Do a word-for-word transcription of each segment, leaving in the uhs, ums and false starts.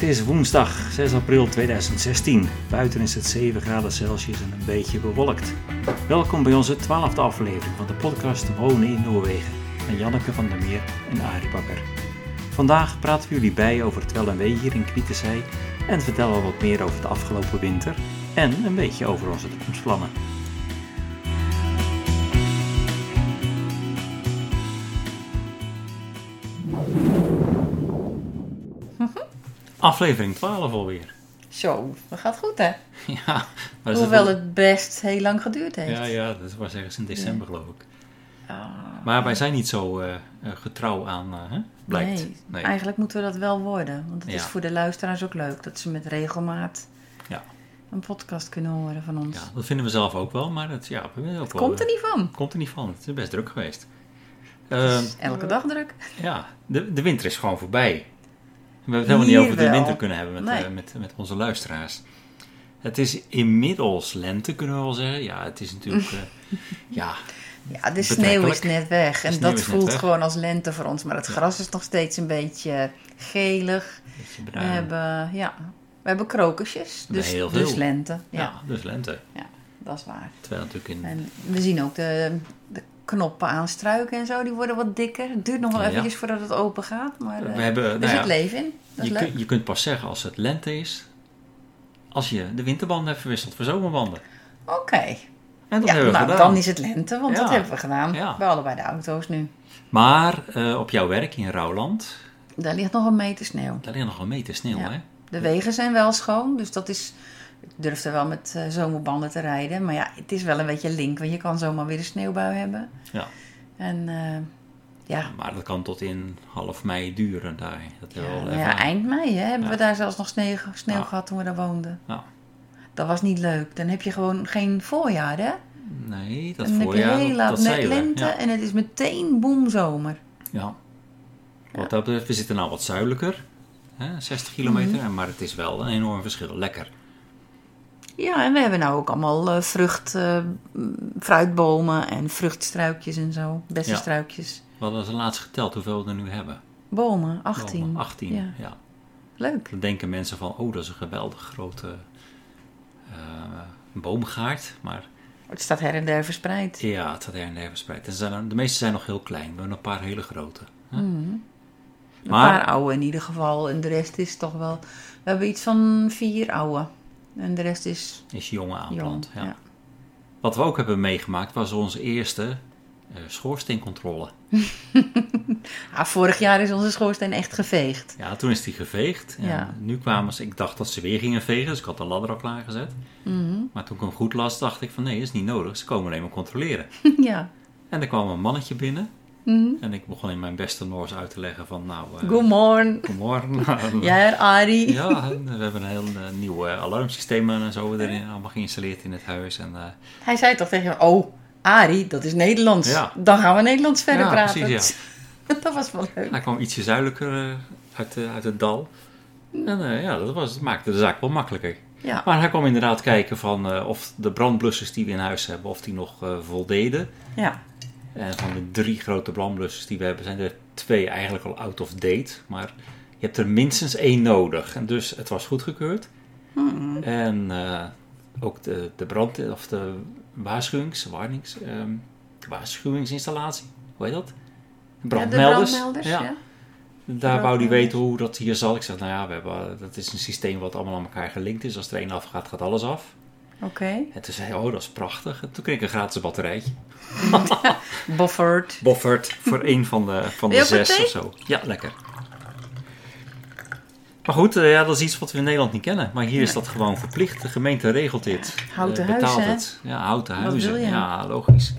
is woensdag zes april tweeduizend zestien. Buiten is het zeven graden Celsius en een beetje bewolkt. Welkom bij onze twaalfde aflevering van de podcast Wonen in Noorwegen. Met Janneke van der Meer en Arie Bakker. Vandaag praten we jullie bij over het wel en wee hier in Knietenzij en vertellen we wat meer over de afgelopen winter en een beetje over onze toekomstplannen. Aflevering twaalf alweer. Zo, dat gaat goed hè? Ja. Maar Hoewel het, het best heel lang geduurd heeft. Ja, ja, dat was ergens in december ja. geloof ik. Oh, maar wij zijn niet zo uh, getrouw aan, uh, hè? Blijkt. Nee, nee, eigenlijk moeten we dat wel worden. Want het ja. is voor de luisteraars ook leuk dat ze met regelmaat ja. een podcast kunnen horen van ons. Ja, dat vinden we zelf ook wel, maar het, ja, ook het wel, komt er niet van. Het komt er niet van. Het is best druk geweest. Het is uh, elke dag druk. Ja, de, de winter is gewoon voorbij. We hebben het helemaal niet over de winter kunnen hebben met, nee. uh, met, met onze luisteraars. Het is inmiddels lente, kunnen we wel zeggen. Ja, het is natuurlijk... Uh, ja, ja, de sneeuw is net weg. En dat voelt weg. gewoon als lente voor ons. Maar het gras is nog steeds een beetje gelig. Beetje we, hebben, ja, we hebben krokusjes. Dus, heel veel. dus lente. Ja. ja, dus lente. Ja, dat is waar. Terwijl natuurlijk in... En we zien ook de... de knoppen aan struiken en zo, die worden wat dikker. Het duurt nog wel ja, eventjes ja. voordat het open gaat, maar uh, we hebben, er nou zit ja, leven in. Dat je, is kun, leuk. je kunt pas zeggen als het lente is, als je de winterbanden hebt verwisseld voor zomerbanden. Oké. Okay. En dat ja, hebben we nou, gedaan. Dan is het lente, want ja. dat hebben we gedaan. Ja. Bij allebei de auto's nu. Maar uh, op jouw werk in Rouwland... Daar ligt nog een meter sneeuw. Daar ligt nog een meter sneeuw, ja. hè? De wegen zijn wel schoon, dus dat is... Ik durf er wel met uh, zomerbanden te rijden. Maar ja, het is wel een beetje link, want je kan zomaar weer een sneeuwbui hebben. Ja. En uh, ja. Maar dat kan tot in half mei duren daar. Dat ja, wel nou ja, eind mei hè, hebben ja. we daar zelfs nog sneeuw, sneeuw ja. gehad toen we daar woonden. Ja. Dat was niet leuk. Dan heb je gewoon geen voorjaar, hè? Nee, dat dan voorjaar, heb je heel laat net lente ja. en het is meteen boem zomer. Ja. Wat dat betreft, we zitten nou wat zuidelijker. Hè, zestig kilometer, mm-hmm. maar het is wel een enorm verschil. Lekker. Ja, en we hebben nou ook allemaal uh, vrucht, uh, fruitbomen en vruchtstruikjes en zo. Bessenstruikjes. Ja. We hadden als laatst geteld hoeveel we er nu hebben. Bomen, achttien. Bomen, achttien, ja. ja. Leuk. Dan denken mensen van, oh, dat is een geweldig grote uh, boomgaard. Maar het staat her en der verspreid. Ja, het staat her en der verspreid. En zijn er, de meeste zijn nog heel klein. We hebben nog een paar hele grote. Hè? Mm. Een maar, paar oude in ieder geval. En de rest is toch wel... We hebben iets van vier oude. En de rest is... Is jonge aanplant, jong, ja. ja. Wat we ook hebben meegemaakt was onze eerste uh, schoorsteencontrole. ah, vorig jaar is onze schoorsteen echt geveegd. Ja, toen is die geveegd. En ja. nu kwamen ze... Ik dacht dat ze weer gingen vegen, dus ik had de ladder al klaargezet. Mm-hmm. Maar toen ik hem goed las, dacht ik van nee, dat is niet nodig. Ze komen alleen maar controleren. ja. En er kwam een mannetje binnen. Mm-hmm. En ik begon in mijn beste Noors uit te leggen van nou... Uh, Goedemorgen. Goedemorgen. Ja, Arie. Ja, we hebben een heel uh, nieuw uh, alarmsysteem en zo erin allemaal geïnstalleerd in het huis. En, uh, Hij zei toch tegen je, oh, Arie, dat is Nederlands. Ja. Dan gaan we Nederlands verder ja, praten. Precies, ja. Dat was wel leuk. Hij kwam ietsje zuidelijker uh, uit, uh, uit het dal. En uh, ja, dat, was, dat maakte de zaak wel makkelijker. Ja. Maar hij kwam inderdaad kijken van uh, of de brandblussers die we in huis hebben, of die nog uh, voldeden. Ja. En van de drie grote brandblussers die we hebben, zijn er twee eigenlijk al out of date. Maar je hebt er minstens één nodig. En dus het was goedgekeurd. Hmm. En uh, ook de, de brand- of de waarschuwings, warnings, um, waarschuwingsinstallatie, hoe heet dat? Brandmelders. Ja, de brandmelders, ja. ja. Daar wou hij weten hoe dat hier zal. Ik zeg, nou ja, we hebben, dat is een systeem wat allemaal aan elkaar gelinkt is. Als er één afgaat, gaat alles af. Oké. Okay. En toen zei hij, oh, dat is prachtig. En toen kreeg ik een gratis batterijtje. Boffert. Boffert, voor één van de, van de zes of zo. Ja, lekker. Maar goed, uh, ja, dat is iets wat we in Nederland niet kennen. Maar hier ja. is dat gewoon verplicht. De gemeente regelt dit. Ja, houten uh, betaalt huizen, het. Ja, houten wat huizen. Wil je? Ja, logisch.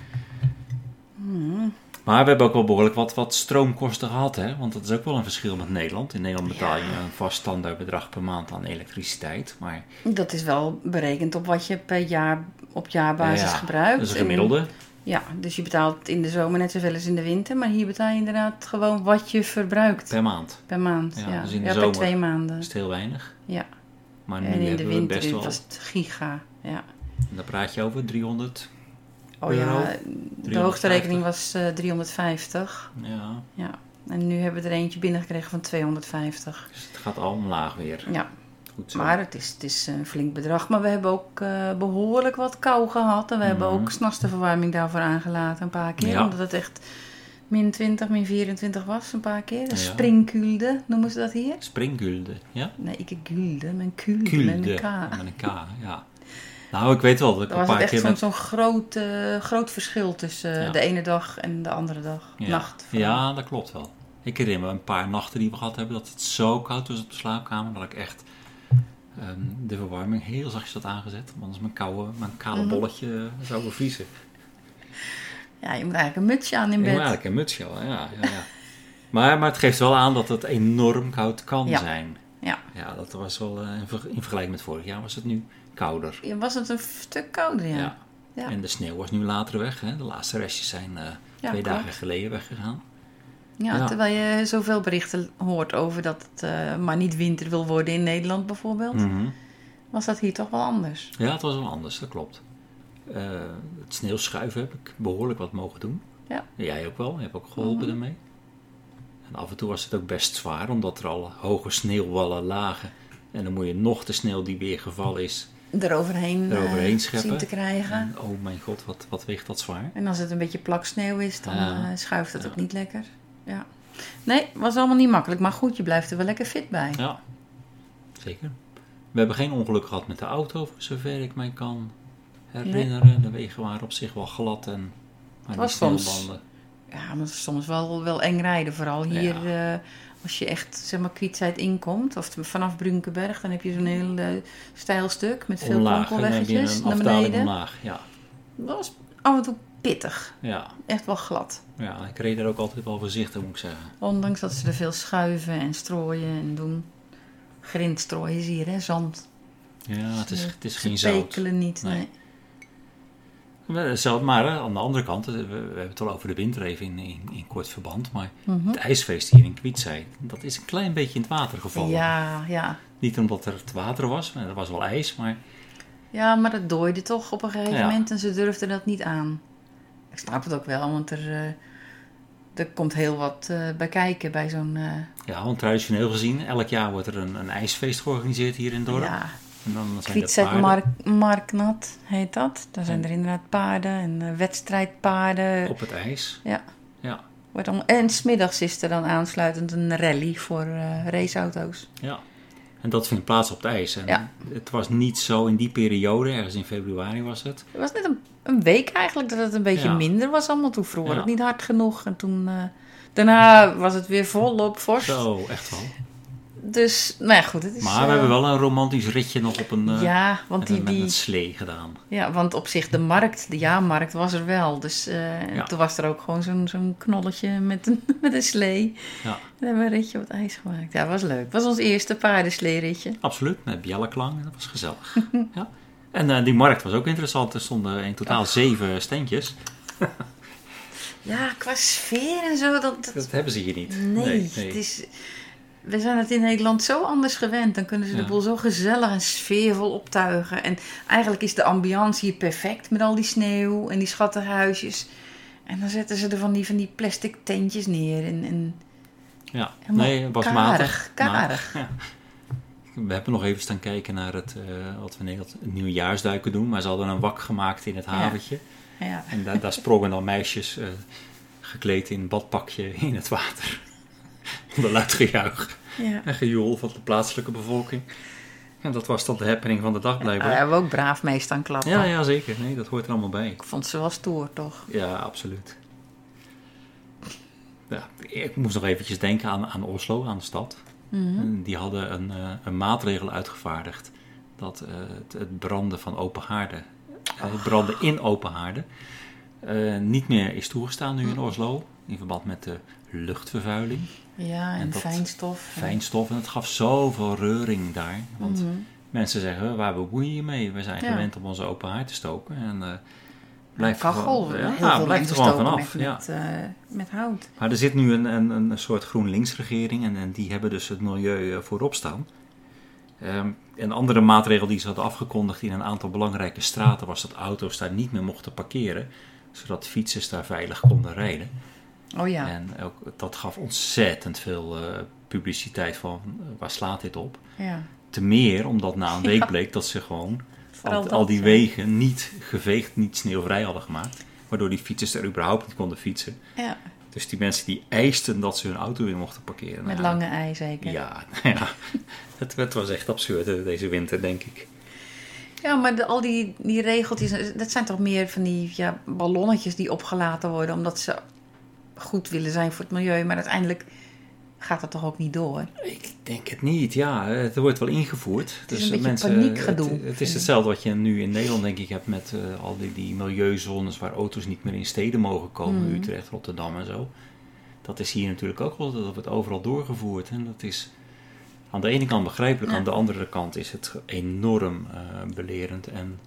Hmm. Maar we hebben ook wel behoorlijk wat, wat stroomkosten gehad, hè? Want dat is ook wel een verschil met Nederland. In Nederland betaal je ja. een vast standaardbedrag per maand aan elektriciteit. Maar... Dat is wel berekend op wat je per jaar op jaarbasis ja, gebruikt. Dat is een gemiddelde. En, ja, dus je betaalt in de zomer net zoveel als in de winter. Maar hier betaal je inderdaad gewoon wat je verbruikt. Per maand. Per maand, ja. ja. Dus in de ja, zomer per twee maanden. is het heel weinig. Ja. Maar nu en in hebben de we winter best wel... was het giga, ja. En dan praat je over driehonderd Oh euro. ja, de hoogste rekening was uh, driehonderdvijftig. Ja. Ja. En nu hebben we er eentje binnengekregen van tweehonderdvijftig. Dus het gaat al omlaag weer. Ja. Goed zo. Maar het is, het is een flink bedrag. Maar we hebben ook uh, behoorlijk wat kou gehad. En we mm-hmm. hebben ook 's nachts de verwarming daarvoor aangelaten een paar keer. Ja. Omdat het echt min twintig, min vierentwintig was een paar keer. De ja. springkulde noemen ze dat hier. Springkulde, ja? Nee, ik gulde, mijn kulde, kulde met een K. Met een K, ja. Nou, ik weet wel dat ik dat een paar keer... was met... echt zo'n groot, uh, groot verschil tussen ja. de ene dag en de andere dag. Ja. Nacht. Ja, dat klopt wel. Ik herinner me een paar nachten die we gehad hebben, dat het zo koud was op de slaapkamer, dat ik echt um, de verwarming heel zachtjes had aangezet. Want anders mijn, koude, mijn kale mm-hmm. bolletje zou bevriezen. Ja, je moet eigenlijk een mutsje aan in bed. Je moet eigenlijk een mutsje aan, ja. ja, ja. maar, maar het geeft wel aan dat het enorm koud kan ja. zijn. Ja. Ja, dat was wel, uh, in, ver, in vergelijking met vorig jaar was het nu kouder. Ja, was het een stuk kouder, ja. ja. ja. En de sneeuw was nu later weg. Hè? De laatste restjes zijn uh, ja, twee klopt. dagen geleden weggegaan. Ja, ja, terwijl je zoveel berichten hoort over dat het uh, maar niet winter wil worden in Nederland bijvoorbeeld. Mm-hmm. Was dat hier toch wel anders? Ja, het was wel anders, dat klopt. Uh, het sneeuwschuiven heb ik behoorlijk wat mogen doen. Ja. Jij ook wel, je hebt ook geholpen mm-hmm. daarmee. En af en toe was het ook best zwaar, omdat er al hoge sneeuwwallen lagen. En dan moet je nog de sneeuw die weer gevallen is... eroverheen, eroverheen uh, scheppen. zien te krijgen. En, oh mijn god, wat, wat weegt dat zwaar. En als het een beetje plaksneeuw is, dan ja. uh, schuift het ja. ook niet lekker. Ja. Nee, was allemaal niet makkelijk. Maar goed, je blijft er wel lekker fit bij. Ja, zeker. We hebben geen ongeluk gehad met de auto, voor zover ik mij kan herinneren. Nee. De wegen waren op zich wel glad en maar was soms, ja, maar het was soms wel, wel eng rijden. Vooral hier, ja. uh, als je echt zeg maar Kwietzijd inkomt, of vanaf Brunkenberg, dan heb je zo'n heel uh, steil stuk met veel kronkelweggetjes naar beneden. Omlaag, ja. Dat was af en toe pittig. Ja. Echt wel glad. Ja, ik reed daar ook altijd wel voorzichtig, moet ik zeggen. Ondanks dat ze er veel schuiven en strooien en doen. Grindstrooien is hier, hè, zand. Ja, het is, het is ze geen zout. Ze pekelen niet, nee. nee. Maar hè, aan de andere kant, we, we hebben het al over de winter even in, in, in kort verband, maar mm-hmm. het ijsfeest hier in Kwietzijd, dat is een klein beetje in het water gevallen. Ja, ja. Niet omdat er het water was, er was wel ijs, maar... Ja, maar het dooide toch op een gegeven ja. moment en ze durfden dat niet aan. Ik snap het ook wel, want er, uh, er komt heel wat uh, bij kijken bij zo'n... Uh... Ja, want traditioneel gezien, elk jaar wordt er een, een ijsfeest georganiseerd hier in het dorp. Ja. Kwietzijdmarknat heet dat. Daar zijn er inderdaad paarden en uh, wedstrijdpaarden. Op het ijs. Ja. ja. Wordt dan, en 's middags is er dan aansluitend een rally voor uh, raceauto's. Ja. En dat vindt plaats op het ijs. En ja. Het was niet zo in die periode, ergens in februari was het. Het was net een, een week eigenlijk dat het een beetje ja. minder was allemaal. Toen vroeg ja. het niet hard genoeg. En toen, uh, daarna was het weer volop vorst. Zo, echt wel. Dus, nou ja, goed. Het is, maar we uh, hebben wel een romantisch ritje nog op een, uh, ja, want die, met, met die, een slee gedaan. Ja, want op zich de markt, de jaarmarkt was er wel. Dus uh, ja. toen was er ook gewoon zo'n, zo'n knolletje met een, met een slee. Ja. En hebben we een ritje op het ijs gemaakt. Ja, dat was leuk. Het was ons eerste paardensleeritje. Absoluut, met bjellenklang. Dat was gezellig. ja. En uh, die markt was ook interessant. Er stonden in totaal oh. zeven standjes. Ja, qua sfeer en zo. Dat, dat... dat hebben ze hier niet. Nee, nee, nee. Het is... We zijn het in Nederland zo anders gewend. Dan kunnen ze de ja. boel zo gezellig en sfeervol optuigen. En eigenlijk is de ambiance hier perfect met al die sneeuw en die schattige huisjes. En dan zetten ze er van die, van die plastic tentjes neer. En, en ja, nee, het was karig, matig. Karig. Ja. We hebben nog even staan kijken naar het, uh, wat we in Nederland een nieuwjaarsduiken doen. Maar ze hadden een wak gemaakt in het haventje. Ja. Ja. En da- daar sprongen dan meisjes uh, gekleed in een badpakje in het water. Onder luid gejuich ja. en gejoel van de plaatselijke bevolking. En dat was dan de happening van de dag blijkbaar. Ja, hebben we ook braaf mee staan klappen. Ja, ja, zeker. Nee, dat hoort er allemaal bij. Ik vond ze wel stoer, toch? Ja, absoluut. Ja, ik moest nog eventjes denken aan, aan Oslo, aan de stad. Mm-hmm. Die hadden een, uh, een maatregel uitgevaardigd. Dat uh, het, het branden van open haarden, uh, het branden in open haarden, uh, niet meer is toegestaan nu in Oslo. In verband met de luchtvervuiling. Ja, en, en fijnstof. Fijnstof. En het gaf zoveel reuring daar. Want mm-hmm. mensen zeggen, waar bemoeien je mee? We zijn ja. gewend om onze open haard te stoken. En uh, blijf kachel. er, ja, heel veel blijf er gewoon vanaf. Met, ja. met, uh, met hout. Maar er zit nu een, een, een soort GroenLinks regering. En, en die hebben dus het milieu uh, voorop staan. Um, een andere maatregel die ze hadden afgekondigd in een aantal belangrijke straten was dat auto's daar niet meer mochten parkeren. Zodat fietsers daar veilig konden rijden. Oh ja. En ook, dat gaf ontzettend veel uh, publiciteit van uh, waar slaat dit op. Ja. Te meer omdat na een week ja. bleek dat ze gewoon al, dat, al die ja. wegen niet geveegd, niet sneeuwvrij hadden gemaakt. Waardoor die fietsers er überhaupt niet konden fietsen. Ja. Dus die mensen die eisten dat ze hun auto weer mochten parkeren. Met nou, lange ei zeker. Ja, ja. het, het was echt absurd deze winter, denk ik. Ja, maar de, al die, die regeltjes, dat zijn toch meer van die ja, ballonnetjes die opgelaten worden. Omdat ze goed willen zijn voor het milieu. Maar uiteindelijk gaat dat toch ook niet door? Ik denk het niet, ja. Het wordt wel ingevoerd. Het is dus een beetje mensen, paniekgedoe. Het, het is hetzelfde wat je nu in Nederland denk ik hebt met uh, al die, die milieuzones waar auto's niet meer in steden mogen komen. Mm. Utrecht, Rotterdam en zo. Dat is hier natuurlijk ook wel, dat wordt overal doorgevoerd. En dat is aan de ene kant begrijpelijk, ja. Aan de andere kant is het enorm uh, belerend en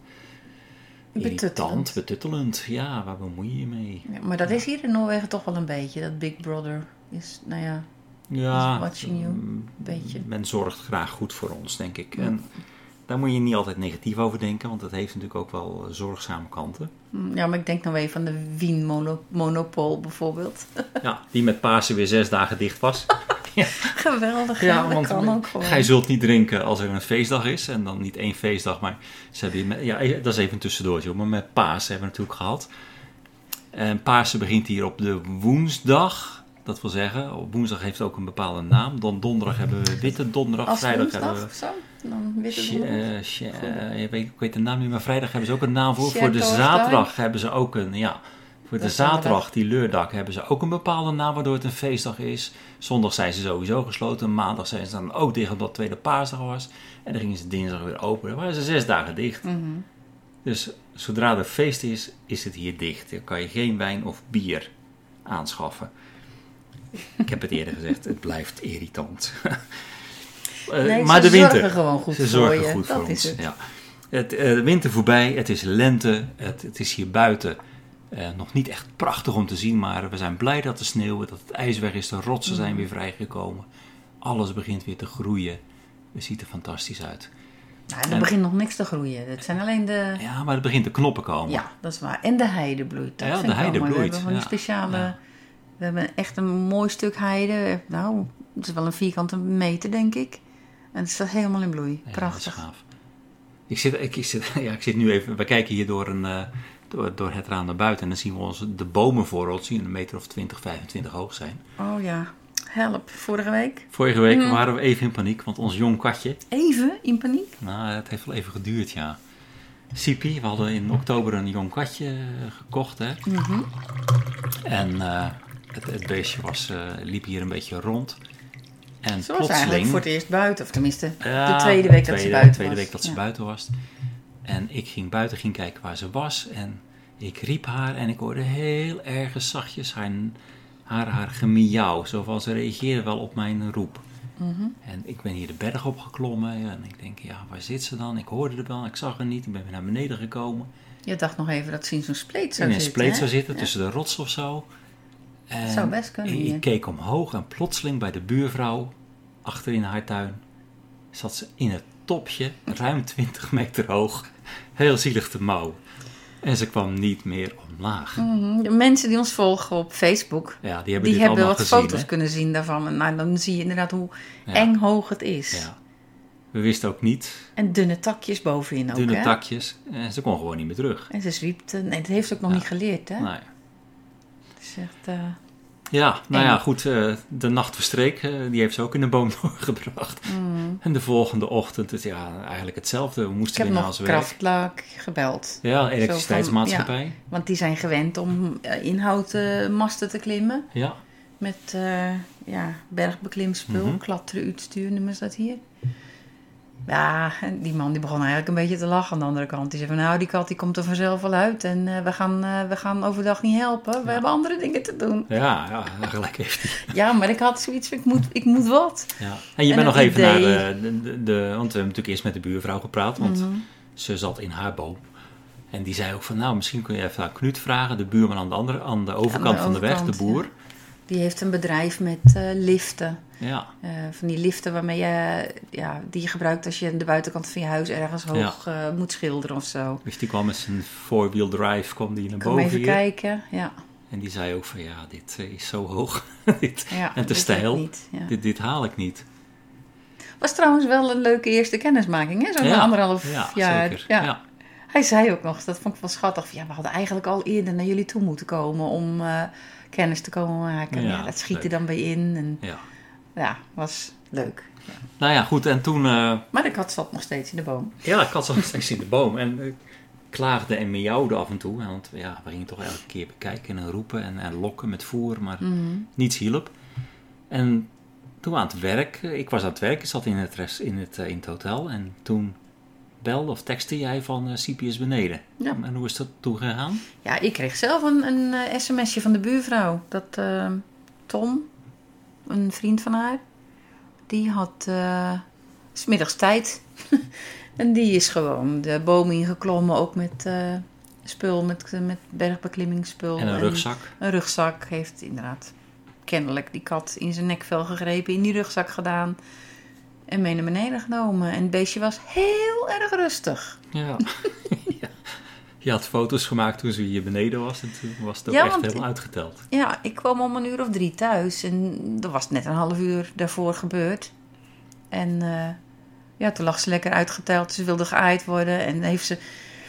irritant, betuttelend. Ja, waar bemoei je je mee? Ja, maar dat is hier in Noorwegen toch wel een beetje, dat Big Brother is, nou ja... Ja, watching you, beetje. Men zorgt graag goed voor ons, denk ik. Ja. En daar moet je niet altijd negatief over denken, want dat heeft natuurlijk ook wel zorgzame kanten. Ja, maar ik denk nou even aan de Wien-monopool bijvoorbeeld. Ja, die met Pasen weer zes dagen dicht was. Ja. Geweldig, ja, dat want kan ook gewoon. Gij zult niet drinken als er een feestdag is. En dan niet één feestdag, maar ze hebben, ja, dat is even een tussendoortje. Maar met Pasen hebben we natuurlijk gehad. En Pasen begint hier op de woensdag. Dat wil zeggen, op woensdag heeft het ook een bepaalde naam. Dan donderdag hebben we witte donderdag. Als vrijdag woensdag hebben we... of zo? Dan witte donderdag? Sh- uh, uh, ik, weet, ik weet de naam niet, maar vrijdag hebben ze ook een naam voor. Voor de zaterdag hebben ze ook een, ja... Voor de zaterdag, die leurdag, hebben ze ook een bepaalde naam waardoor het een feestdag is. Zondag zijn ze sowieso gesloten. Maandag zijn ze dan ook dicht omdat het tweede paasdag was. En dan gingen ze dinsdag weer open. Dan waren ze zes dagen dicht. Mm-hmm. Dus zodra er feest is, is het hier dicht. Dan kan je geen wijn of bier aanschaffen. Ik heb het eerder gezegd, het blijft irritant. uh, nee, maar ze de winter, zorgen gewoon goed ze voor zorgen je. goed Dat voor is ons. het. Ja. Het, uh, de winter voorbij, het is lente, het, het is hier buiten. Uh, nog niet echt prachtig om te zien, maar we zijn blij dat er sneeuwt, dat het ijs weg is, de rotsen zijn weer vrijgekomen. Alles begint weer te groeien. Het ziet er fantastisch uit. Nou, er en, begint nog niks te groeien. Het zijn alleen de... Ja, maar het begint te knoppen komen. Ja, dat is waar. En de heide bloeit. Dat ja, vind de ik heide wel mooi. bloeit. We hebben van die speciale... Ja. We hebben echt een mooi stuk heide. Nou, het is wel een vierkante meter, denk ik. En het staat helemaal in bloei. Ja, prachtig. Dat is gaaf. Ik zit, ik, ik, zit, ja, ik zit nu even... We kijken hier door, een, uh, door, door het raam naar buiten. En dan zien we ons de bomen voor ons. Die een meter of twintig, vijfentwintig hoog zijn. Oh ja. Help. Vorige week? Vorige week mm. waren we even in paniek. Want ons jong katje... Even in paniek? Nou, het heeft wel even geduurd, ja. Sipi, we hadden in oktober een jong katje gekocht, hè. Mm-hmm. En uh, het, het beestje was, uh, liep hier een beetje rond. En ze was plotseling... eigenlijk voor het eerst buiten. Of tenminste, ja, de tweede week tweede, dat ze buiten de tweede was. week dat ze ja. buiten was. En ik ging buiten, ging kijken waar ze was. En ik riep haar en ik hoorde heel erg zachtjes haar, haar, haar gemiauw. Zo van, ze reageerde wel op mijn roep. Mm-hmm. En ik ben hier de berg opgeklommen. En ik denk, ja, waar zit ze dan? Ik hoorde er wel, ik zag haar niet. Ik ben weer naar beneden gekomen. Je dacht nog even dat ze in zo'n spleet zou in zitten. In een spleet hè? zou zitten, ja. tussen de rots of zo. En zou best kunnen. Ik, ja. ik keek omhoog en plotseling bij de buurvrouw, achter in haar tuin, zat ze in het topje, ruim twintig meter hoog, heel zielig te mouwen. En ze kwam niet meer omlaag. Mm-hmm. De mensen die ons volgen op Facebook, ja, die hebben, die dit hebben wat gezien, foto's hè? kunnen zien daarvan. En nou, dan zie je inderdaad hoe ja. eng hoog het is. Ja. We wisten ook niet. En dunne takjes bovenin ook, Dunne hè? takjes. En ze kon gewoon niet meer terug. En ze zwiepte. Nee, dat heeft ze ook nog ja. niet geleerd, hè? Nee. Het is echt... Uh... Ja, nou eng. ja, goed. Uh, de nacht verstreek. Uh, die heeft ze ook in de boom doorgebracht. Mm. En de volgende ochtend, het, ja, eigenlijk hetzelfde. We moesten Ik weer heb naar nog ons werk. Kraftlaak gebeld. Ja, elektriciteitsmaatschappij. Ja, want die zijn gewend om uh, inhoudmasten uh, te klimmen. Ja. Met uh, ja, bergbeklimspul, Mm-hmm. klatteruurstuur noemen ze dat hier. Ja, en die man die begon eigenlijk een beetje te lachen aan de andere kant. Die zei van, nou, die kat die komt er vanzelf wel uit. En uh, we, gaan, uh, we gaan overdag niet helpen. We ja. hebben andere dingen te doen. Ja, ja, gelijk heeft hij. Ja, maar ik had zoiets van, ik moet, ik moet wat. Ja. En je en bent nog even idee... naar de, de, de, de... Want we hebben natuurlijk eerst met de buurvrouw gepraat. Want mm-hmm. ze zat in haar boom. En die zei ook van, nou, misschien kun je even aan Knut vragen. De buurman aan de, andere, aan de overkant aan de van overkant, de weg, de boer. Ja. Die heeft een bedrijf met uh, liften. Ja. Uh, van die liften waarmee je, ja, die je gebruikt als je de buitenkant van je huis ergens hoog ja. uh, moet schilderen of zo. Dus die kwam met zijn four-wheel drive, kwam die naar Kom boven even hier. kijken, ja. En die zei ook van ja, dit is zo hoog dit, Ja, en te steil. Niet, ja. dit, dit haal ik niet. Was trouwens wel een leuke eerste kennismaking, hè? Zo'n Ja, anderhalf ja, jaar. zeker. Ja. Ja. Hij zei ook nog, dat vond ik wel schattig. Ja, we hadden eigenlijk al eerder naar jullie toe moeten komen om uh, kennis te komen maken. Ja, Ja, dat schiet er leuk. dan bij in. En, Ja. ja, was leuk. Ja. Nou ja, goed. En toen... Uh, Maar de kat zat nog steeds in de boom. ja, de kat zat nog steeds in de boom. En uh, klaagde en miauwde af en toe. Want ja, we gingen toch elke keer bekijken en roepen en, en lokken met voer. Maar Mm-hmm. niets hielp. En toen aan het werk... Ik was aan het werk. Ik zat in het, rest, in het, uh, in het hotel. En toen belde of textte jij van uh, Siepie is beneden. Ja. En hoe is dat toen gegaan? Ja, ik kreeg zelf een, een uh, sms'je van de buurvrouw. Dat uh, Tom, een vriend van haar, die had uh, 's middags tijd. En die is gewoon de boom ingeklommen, ook met uh, spul, met, met bergbeklimmingsspul. En een rugzak. Een rugzak heeft inderdaad kennelijk die kat in zijn nekvel gegrepen, in die rugzak gedaan en mee naar beneden genomen. En het beestje was heel erg rustig. Ja. Ja. Je had foto's gemaakt toen ze hier beneden was en toen was het ook Ja, echt want- helemaal uitgeteld. Ja, ik kwam om een uur of drie thuis en er was net een half uur daarvoor gebeurd. En uh, ja, toen lag ze lekker uitgeteld. Ze wilde geaaid worden en heeft ze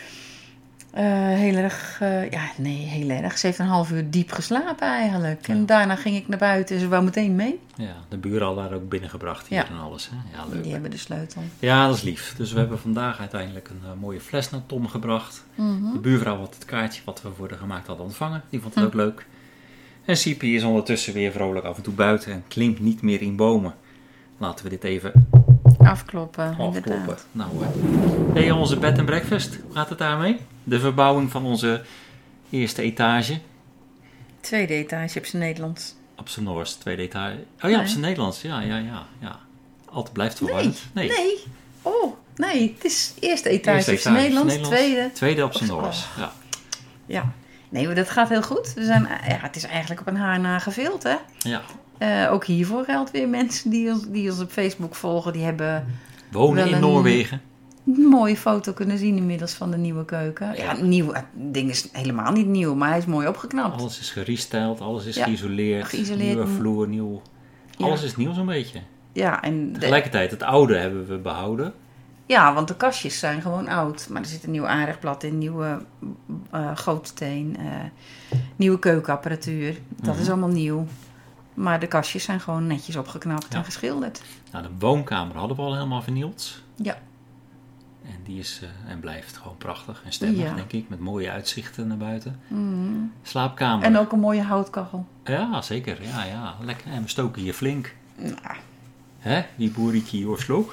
uh, heel erg, uh, ja nee, heel erg. Ze heeft een half uur diep geslapen eigenlijk. Ja. En daarna ging ik naar buiten en ze wou meteen mee. Ja, de buren hadden haar ook binnengebracht hier Ja. en alles. Hè? Ja, leuk. Die hebben de sleutel. Ja, dat is lief. Dus we hebben vandaag uiteindelijk een uh, mooie fles naar Tom gebracht. Mhm. De buurvrouw had het kaartje wat we voor de gemaakt hadden ontvangen. Die vond het Hm. ook leuk. En Siepie is ondertussen weer vrolijk af en toe buiten en klimt niet meer in bomen. Laten we dit even Afkloppen, afkloppen. inderdaad. Nou, uh, hey, onze bed and breakfast, hoe gaat het daarmee? De verbouwing van onze eerste etage. Tweede etage op zijn Nederlands. Op zijn Noors, tweede etage. Oh ja, op Nee. zijn Nederlands. Ja, ja, ja. ja. Altijd blijft Nee, verwarrend. nee. Oh, nee. Het is eerste etage Eerste op zijn etage, Nederlands, tweede. Tweede op zijn Oh. Noors. Ja. Ja. Nee, maar dat gaat heel goed. We zijn, ja, het is eigenlijk op een haar na gevild, hè. ja. Uh, ook hiervoor geldt weer mensen die ons, die ons op Facebook volgen. Die hebben Wonen Wel in een- Noorwegen. een mooie foto kunnen zien inmiddels van de nieuwe keuken. Ja, nieuw. Het ding is helemaal niet nieuw, maar hij is mooi opgeknapt. Alles is gerestyled, alles is Ja, geïsoleerd. geïsoleerd. Nieuwe vloer, nieuw. Ja. Alles is nieuw zo'n beetje. Ja, en de, Tegelijkertijd, het oude hebben we behouden. ja, want de kastjes zijn gewoon oud. Maar er zit een nieuw aardigblad in, nieuwe uh, gootsteen, uh, nieuwe keukenapparatuur. Dat Mhm. is allemaal nieuw. Maar de kastjes zijn gewoon netjes opgeknapt Ja. en geschilderd. Nou, de woonkamer hadden we al helemaal vernield. Ja. En die is uh, en blijft gewoon prachtig en stemmig, Ja. denk ik. Met mooie uitzichten naar buiten. Mm. Slaapkamer. En ook een mooie houtkachel. Ja, zeker. Ja, ja. Lekker. En we stoken hier flink. Nou, Hè? Die boeriki Oslo.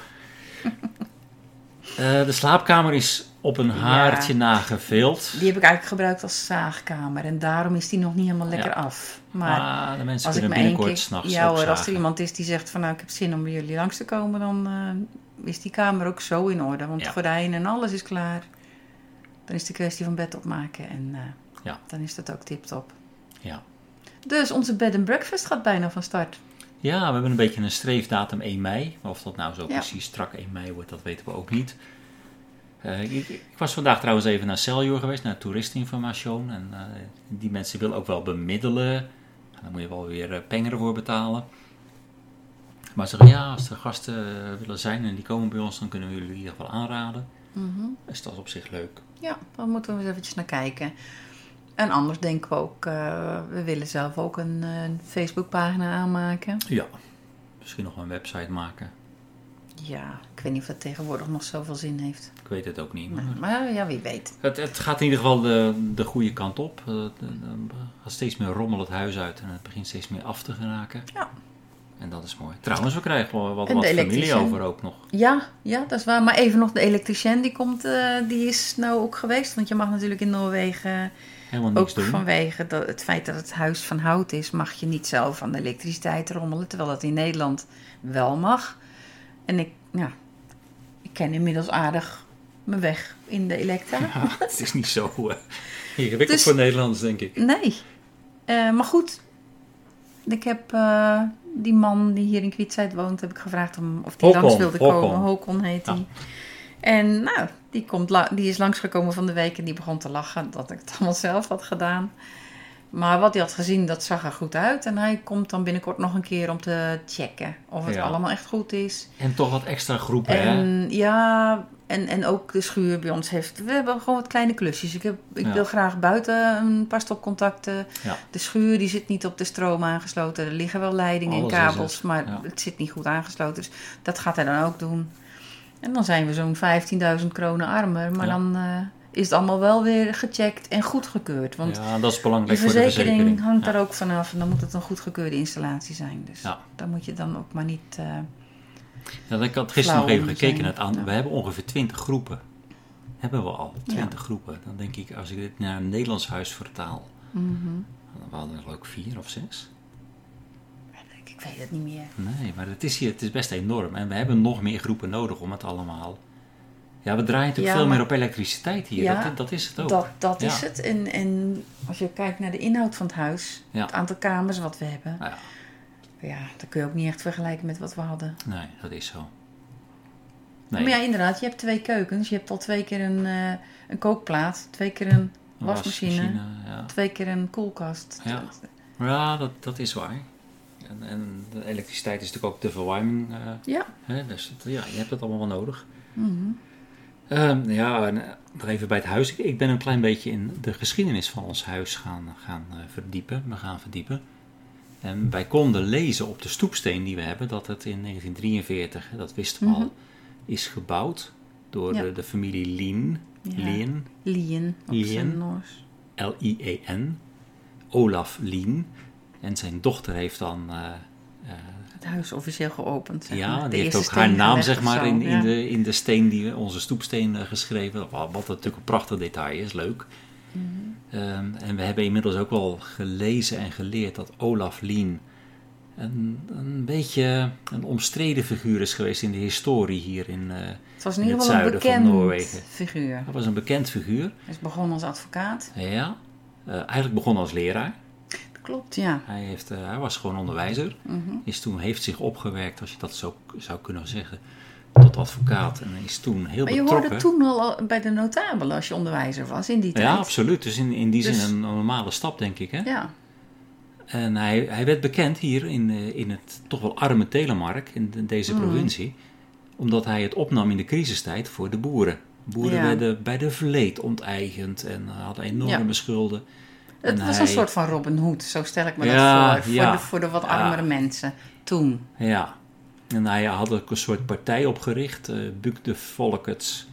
Uh, de slaapkamer is op een haartje Ja. na geveeld. die heb ik eigenlijk gebruikt als zaagkamer. En daarom is die nog niet helemaal lekker Ja. af. Maar Maar de mensen als ik kunnen me één binnenkort keer... s'nachts Ja ook hoor, als er zagen. iemand is die zegt van nou ik heb zin om bij jullie langs te komen. Dan uh, is die kamer ook zo in orde. Want Ja. de gordijnen en alles is klaar. Dan is het een kwestie van bed opmaken. En uh, Ja. dan is dat ook tip-top. Ja. Dus onze bed and breakfast gaat bijna van start. Ja, we hebben een beetje een streefdatum één mei. Maar of dat nou zo Ja. precies strak één mei wordt, dat weten we ook niet. Uh, ik, ik was vandaag trouwens even naar Celjo geweest, naar toeristeninformatie. En uh, die mensen willen ook wel bemiddelen. Daar moet je wel weer uh, pengeren voor betalen. Maar ze zeggen, ja, als er gasten uh, willen zijn en die komen bij ons, dan kunnen we jullie in ieder geval aanraden. Mm-hmm. Dus dat is op zich leuk. Ja, dan moeten we eens eventjes naar kijken. En anders denken we ook, uh, we willen zelf ook een, uh, een Facebookpagina aanmaken. Ja, misschien nog een website maken. Ja, ik weet niet of dat tegenwoordig nog zoveel zin heeft. Ik weet het ook niet. Maar Maar, maar ja, wie weet. het, het gaat in ieder geval de, de goede kant op. Uh, Er gaat steeds meer rommel het huis uit en het begint steeds meer af te geraken. Ja. En dat is mooi. Trouwens, we krijgen wel wat, En wat de familie elektricien. over ook nog. Ja, ja, dat is waar. Maar even nog de elektricien, die komt, uh, die is nou ook geweest. Want je mag natuurlijk in Noorwegen, Helemaal ook niks doen. vanwege dat, het feit dat het huis van hout is, mag je niet zelf aan de elektriciteit rommelen. Terwijl dat in Nederland wel mag. En ik, ja, ik ken inmiddels aardig mijn weg in de elektra. Ja, het is niet zo uh, ingewikkeld Dus- voor Nederlanders, denk ik. Nee. Uh, maar goed, ik heb uh, die man die hier in Kwietzijd woont, heb ik gevraagd om, of die Håkon, langs wilde komen. Håkon. Håkon heet Ja. hij. En nou, die, komt la- die is langsgekomen van de week en die begon te lachen dat ik het allemaal zelf had gedaan. Maar wat hij had gezien, dat zag er goed uit. En hij komt dan binnenkort nog een keer om te checken of het Ja. allemaal echt goed is. En toch wat extra groepen, En hè? ja, en, en ook de schuur bij ons heeft... We hebben gewoon wat kleine klusjes. Ik, heb, ik Ja. wil graag buiten een paar stopcontacten. Ja. De schuur die zit niet op de stroom aangesloten. Er liggen wel leidingen Alles en is kabels, het. maar Ja. het zit niet goed aangesloten. Dus dat gaat hij dan ook doen. En dan zijn we zo'n vijftienduizend kronen armer. Maar Ja. dan uh, is het allemaal wel weer gecheckt en goedgekeurd. Want Ja, dat is de belangrijk voor de verzekering, verzekering. hangt Ja. daar ook vanaf. En dan moet het een goedgekeurde installatie zijn. Dus Ja. daar moet je dan ook maar niet... Uh, Ja, ik had gisteren nog flauw even om gekeken zijn. naar het aantal. Ja. We hebben ongeveer twintig groepen. Hebben we al, twintig Ja. groepen. Dan denk ik, als ik dit naar een Nederlands huis vertaal, mm-hmm. dan hadden we er ook vier of zes. Ik weet het niet meer. Nee, maar het is hier, het is best enorm. En we hebben nog meer groepen nodig om het allemaal... Ja, we draaien natuurlijk Ja, veel maar- meer op elektriciteit hier. Ja, dat, dat is het ook. Dat, dat Ja. is het. En, en als je kijkt naar de inhoud van het huis, Ja. het aantal kamers wat we hebben, Nou ja, ja, dat kun je ook niet echt vergelijken met wat we hadden. nee, dat is zo. Nee, Maar ja, inderdaad, je hebt twee keukens. Je hebt al twee keer een, uh, een kookplaat, twee keer een een wasmachine, ja. twee keer een koelkast. Ja. Ja, dat, dat is waar. En, en de elektriciteit is natuurlijk ook de verwarming. Uh, Ja. hè, dus het, ja, je hebt het allemaal wel nodig. Mm-hmm. Uh, ja, en, uh, nog even bij het huis. Ik, ik ben een klein beetje in de geschiedenis van ons huis gaan, gaan uh, verdiepen. Me gaan verdiepen. En wij konden lezen op de stoepsteen die we hebben dat het in negentien drieënveertig, dat wisten we Mm-hmm. al, is gebouwd door Ja. de, de familie Lien. Ja. Lien. Lien, op Lien. zijn Noors. L I E N. Olaf Lien. En zijn dochter heeft dan... Uh, uh, Het huis officieel geopend. Zeg ja, maar. De die heeft eerste ook haar steen naam gelegd zeg of maar zo, in, in, ja. de, in de steen, die onze stoepsteen uh, geschreven. Wat, wat natuurlijk een prachtig detail is, leuk. Mm-hmm. Um, en we hebben inmiddels ook wel gelezen en geleerd dat Olaf Lien een, een beetje een omstreden figuur is geweest in de historie hier in, uh, Het was in in ieder het geval een zuiden van bekend Noorwegen. figuur. Hij was een bekend figuur. Hij is begonnen als advocaat. Ja, uh, eigenlijk begonnen als leraar. Dat klopt, ja. Hij, heeft, uh, hij was gewoon onderwijzer. Mm-hmm. Is toen, heeft zich opgewerkt, als je dat zo zou kunnen zeggen, tot advocaat. En is toen heel Maar je betrokken. hoorde toen al bij de notabelen als je onderwijzer was in die tijd. Ja, absoluut. Dus in, in die Dus- zin een, een normale stap, denk ik. Hè? Ja, En hij, hij werd bekend hier in, uh, in het toch wel arme Telemark, in de- deze Mm. provincie, omdat hij het opnam in de crisistijd voor de boeren. Boeren Ja. werden bij de vleet onteigend en hadden enorme Ja. schulden. het En was hij- een soort van Robin Hood, zo stel ik me Ja, dat voor. ja. Voor, de, voor de wat Ja. armere mensen toen. Ja, en hij had ook een soort partij opgericht, uh, Buk de Volkets